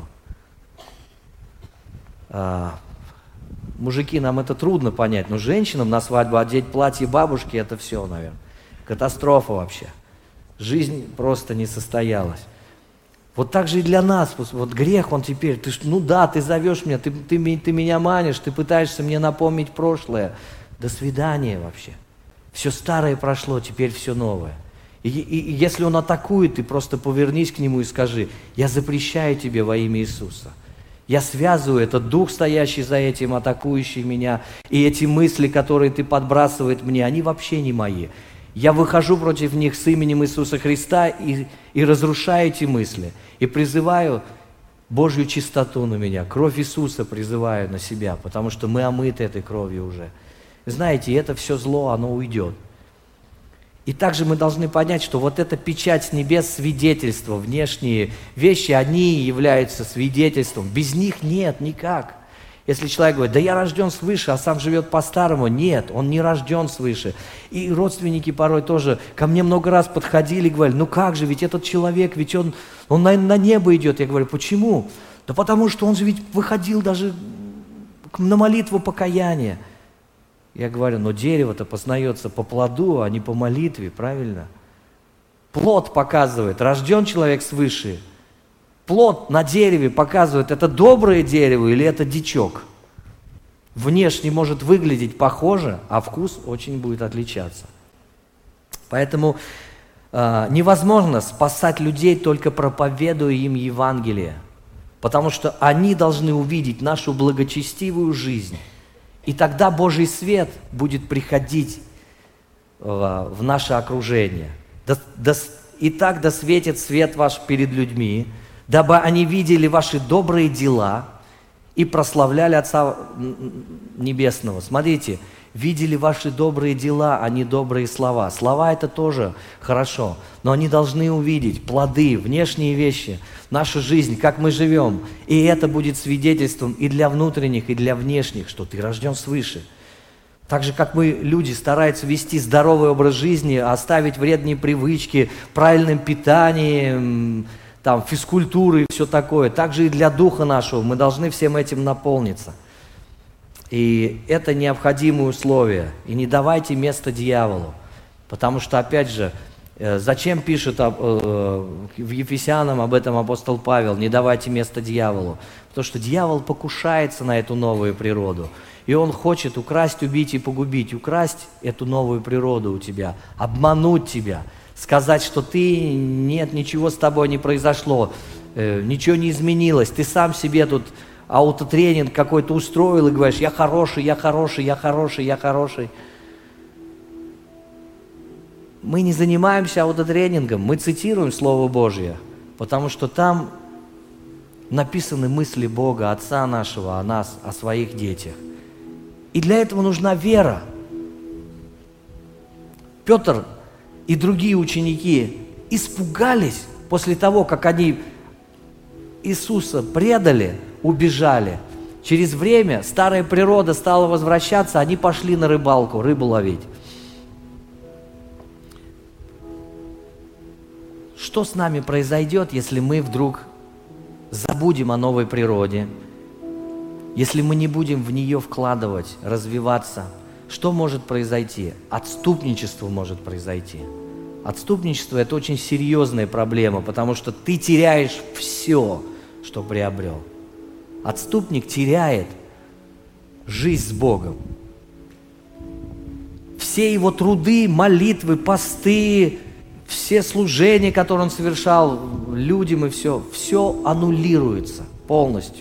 А, мужики, нам это трудно понять, но женщинам на свадьбу одеть платье бабушки, это все, наверное. Катастрофа вообще. Жизнь просто не состоялась. Вот так же и для нас. Вот грех, он теперь, ты, ну да, ты зовешь меня, ты, ты, ты меня манишь, ты пытаешься мне напомнить прошлое. До свидания вообще. Все старое прошло, теперь все новое. И, и, и если он атакует, ты просто повернись к нему и скажи: я запрещаю тебе во имя Иисуса. Я связываю этот дух, стоящий за этим, атакующий меня, и эти мысли, которые ты подбрасываешь мне, они вообще не мои. Я выхожу против них с именем Иисуса Христа и, и разрушаю эти мысли. И призываю Божью чистоту на меня, кровь Иисуса призываю на себя, потому что мы омыты этой кровью уже. Знаете, это все зло, оно уйдет. И также мы должны понять, что вот эта печать с небес, свидетельство, внешние вещи, они являются свидетельством. Без них нет никак. Если человек говорит: да я рожден свыше, а сам живет по-старому. Нет, он не рожден свыше. И родственники порой тоже ко мне много раз подходили и говорили: ну как же, ведь этот человек, ведь он, он на, на небо идет. Я говорю: почему? Да потому что он же ведь выходил даже на молитву покаяния. Я говорю: но дерево-то познается по плоду, а не по молитве, правильно? Плод показывает, рожден человек свыше. Плод на дереве показывает, это доброе дерево или это дичок. Внешне может выглядеть похоже, а вкус очень будет отличаться. Поэтому э, невозможно спасать людей, только проповедуя им Евангелие. Потому что они должны увидеть нашу благочестивую жизнь. И тогда Божий свет будет приходить в, в наше окружение. Да, да, «Итак, да светит свет ваш перед людьми, дабы они видели ваши добрые дела и прославляли Отца Небесного». Смотрите, видели ваши добрые дела, а не добрые слова. Слова – это тоже хорошо, но они должны увидеть плоды, внешние вещи, нашу жизнь, как мы живем. И это будет свидетельством и для внутренних, и для внешних, что ты рожден свыше. Так же, как мы, люди, стараются вести здоровый образ жизни, оставить вредные привычки, правильным питанием, там, физкультуры и все такое. Так же и для духа нашего мы должны всем этим наполниться. И это необходимые условия. И не давайте место дьяволу. Потому что, опять же, зачем пишет в Ефесянам об этом апостол Павел: не давайте место дьяволу. Потому что дьявол покушается на эту новую природу. И он хочет украсть, убить и погубить. Украсть эту новую природу у тебя, обмануть тебя, сказать, что ты, нет, ничего с тобой не произошло, ничего не изменилось, ты сам себе тут аутотренинг какой-то устроил и говоришь: я хороший, я хороший, я хороший, я хороший. Мы не занимаемся аутотренингом, мы цитируем Слово Божье, потому что там написаны мысли Бога, Отца нашего, о нас, о своих детях. И для этого нужна вера. Петр и другие ученики испугались после того, как они Иисуса предали, убежали. Через время старая природа стала возвращаться, они пошли на рыбалку, рыбу ловить. Что с нами произойдет, если мы вдруг забудем о новой природе, если мы не будем в нее вкладывать, развиваться? Что может произойти? Отступничество может произойти. Отступничество – это очень серьезная проблема, потому что ты теряешь все, что приобрел. Отступник теряет жизнь с Богом. Все его труды, молитвы, посты, все служения, которые он совершал людям, и все, все аннулируется полностью.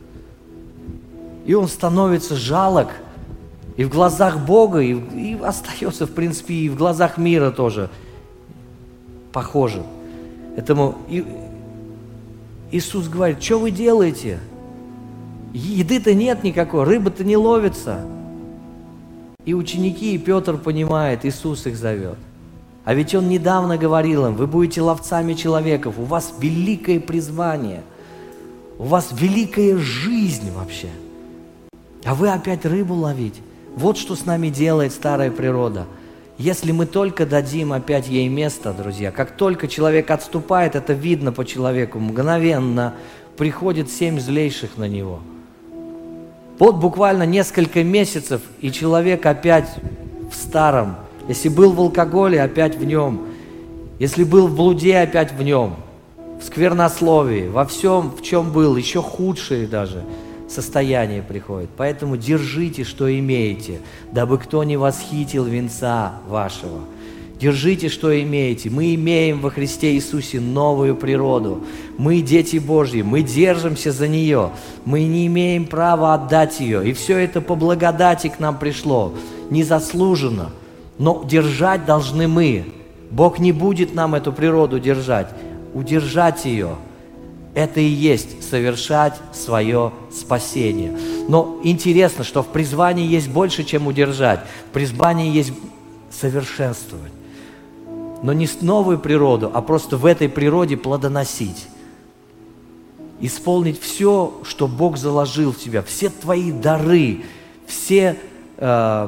И он становится жалок и в глазах Бога, и, и остается, в принципе, и в глазах мира тоже похожим. Поэтому и, Иисус говорит: что вы делаете? Еды-то нет никакой, рыба-то не ловится. И ученики, и Петр понимает, Иисус их зовет. А ведь Он недавно говорил им: вы будете ловцами человеков, у вас великое призвание, у вас великая жизнь вообще. А вы опять рыбу ловить. Вот что с нами делает старая природа. Если мы только дадим опять ей место, друзья, как только человек отступает, это видно по человеку, мгновенно приходит семь злейших на него. Вот буквально несколько месяцев, и человек опять в старом. Если был в алкоголе, опять в нем. Если был в блуде, опять в нем. в сквернословии, во всем, в чем был, еще худшие даже состояния приходят. Поэтому держите, что имеете, дабы кто не восхитил венца вашего. Держите, что имеете. Мы имеем во Христе Иисусе новую природу. Мы дети Божьи, мы держимся за нее. Мы не имеем права отдать ее. И все это по благодати к нам пришло, незаслуженно. Но держать должны мы. Бог не будет нам эту природу держать. Удержать ее – это и есть совершать свое спасение. Но интересно, что в призвании есть больше, чем удержать. В призвании есть совершенствовать. Но не новую природу, а просто в этой природе плодоносить. Исполнить все, что Бог заложил в тебя, все твои дары, все, э,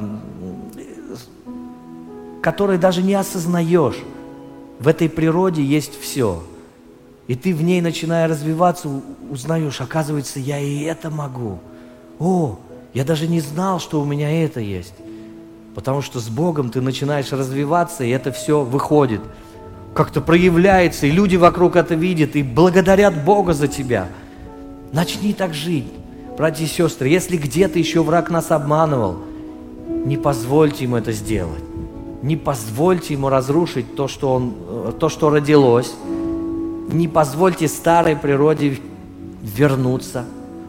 которые даже не осознаешь. В этой природе есть все. И ты в ней, начиная развиваться, узнаешь, оказывается, я и это могу. О, я даже не знал, что у меня это есть. Потому что с Богом ты начинаешь развиваться, и это все выходит, как-то проявляется, и люди вокруг это видят, и благодарят Бога за тебя. Начни так жить, братья и сестры. Если где-то еще враг нас обманывал, не позвольте ему это сделать. Не позвольте ему разрушить то, что, он, то, что родилось. Не позвольте старой природе вернуться.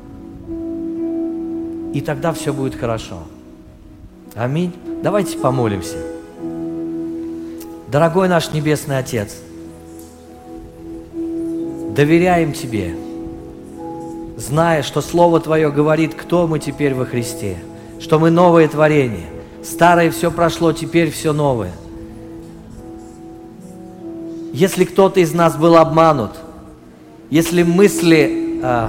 И тогда все будет хорошо. Аминь. Давайте помолимся. Дорогой наш Небесный Отец, доверяем Тебе, зная, что Слово Твое говорит, кто мы теперь во Христе, что мы новое творение. Старое все прошло, теперь все новое. Если кто-то из нас был обманут, если мысли, э,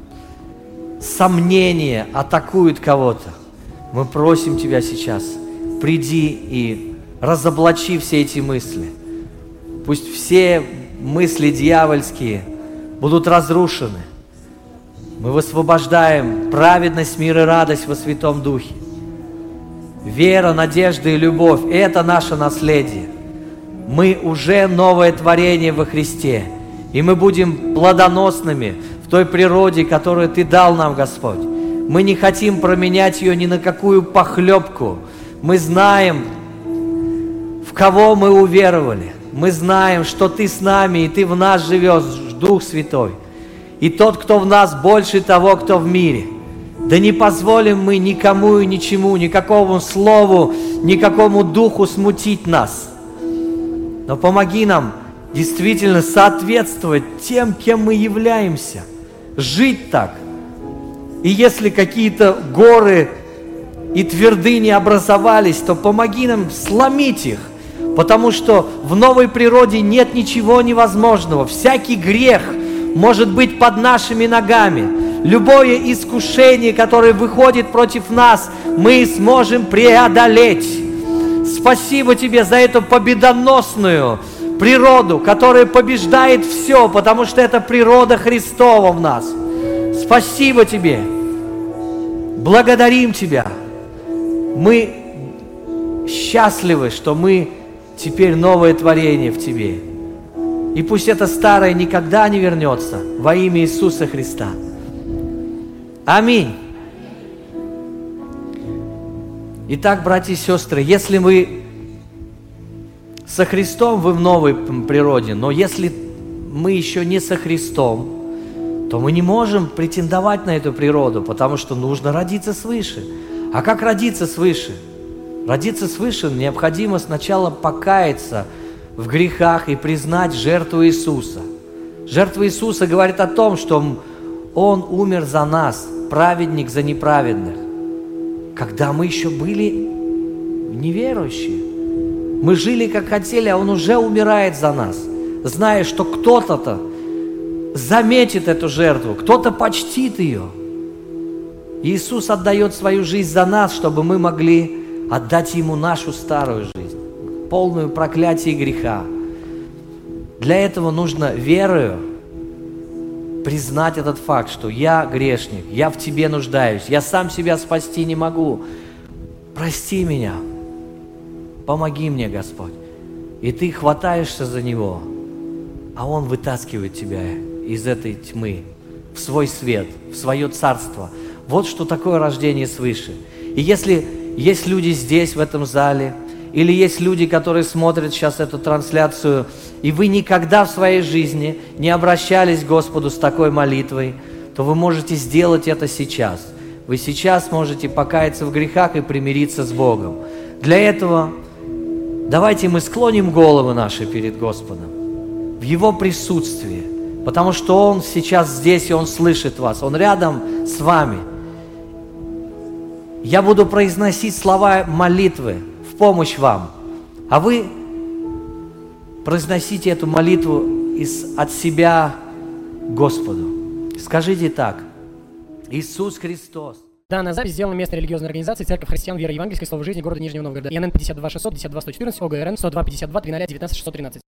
сомнения атакуют кого-то, мы просим Тебя сейчас, приди и разоблачи все эти мысли. Пусть все мысли дьявольские будут разрушены. Мы высвобождаем праведность, мир и радость во Святом Духе. Вера, надежда и любовь – это наше наследие. Мы уже новое творение во Христе. И мы будем плодоносными в той природе, которую Ты дал нам, Господь. Мы не хотим променять ее ни на какую похлебку. Мы знаем, в кого мы уверовали. Мы знаем, что Ты с нами, и Ты в нас живешь, Дух Святой. И тот, кто в нас, больше того, кто в мире. Да не позволим мы никому и ничему, никакому слову, никакому духу смутить нас. Но помоги нам действительно соответствовать тем, кем мы являемся. Жить так. И если какие-то горы и твердыни образовались, то помоги нам сломить их, потому что в новой природе нет ничего невозможного. Всякий грех может быть под нашими ногами. Любое искушение, которое выходит против нас, мы сможем преодолеть. Спасибо Тебе за эту победоносную природу, которая побеждает все, потому что это природа Христова в нас. Спасибо Тебе. Благодарим Тебя. Мы счастливы, что мы теперь новое творение в Тебе. И пусть это старое никогда не вернется во имя Иисуса Христа. Аминь. Итак, братья и сестры, если вы со Христом, вы в новой природе, но если мы еще не со Христом, то мы не можем претендовать на эту природу, потому что нужно родиться свыше. А как родиться свыше? Родиться свыше необходимо сначала покаяться в грехах и признать жертву Иисуса. Жертва Иисуса говорит о том, что Он умер за нас, праведник за неправедных, когда мы еще были неверующие. Мы жили как хотели, а Он уже умирает за нас, зная, что кто-то-то заметит эту жертву, кто-то почтит ее. Иисус отдает свою жизнь за нас, чтобы мы могли отдать Ему нашу старую жизнь, полную проклятия и греха. Для этого нужно верою признать этот факт, что я грешник, я в Тебе нуждаюсь, я сам себя спасти не могу. Прости меня, помоги мне, Господь. И ты хватаешься за Него а Он вытаскивает тебя из этой тьмы в свой свет, в свое царство. Вот что такое рождение свыше. И если есть люди здесь, в этом зале, или есть люди, которые смотрят сейчас эту трансляцию, и вы никогда в своей жизни не обращались к Господу с такой молитвой, то вы можете сделать это сейчас. Вы сейчас можете покаяться в грехах и примириться с Богом. Для этого давайте мы склоним головы наши перед Господом в Его присутствии, потому что Он сейчас здесь, и Он слышит вас, Он рядом с вами. Я буду произносить слова молитвы в помощь вам, а вы произносите эту молитву из, от себя Господу. Скажите так: Иисус Христос. Данная запись сделана местной религиозной организацией Церковь Христиан Веры Евангельской Слова Жизни города Нижнего Новгорода. ИНН пятьдесят два шестьсот, пятьдесят два сто четырнадцать, ОГРН сто два пятьдесят два тринадцать девятнадцать шестьсот тринадцать.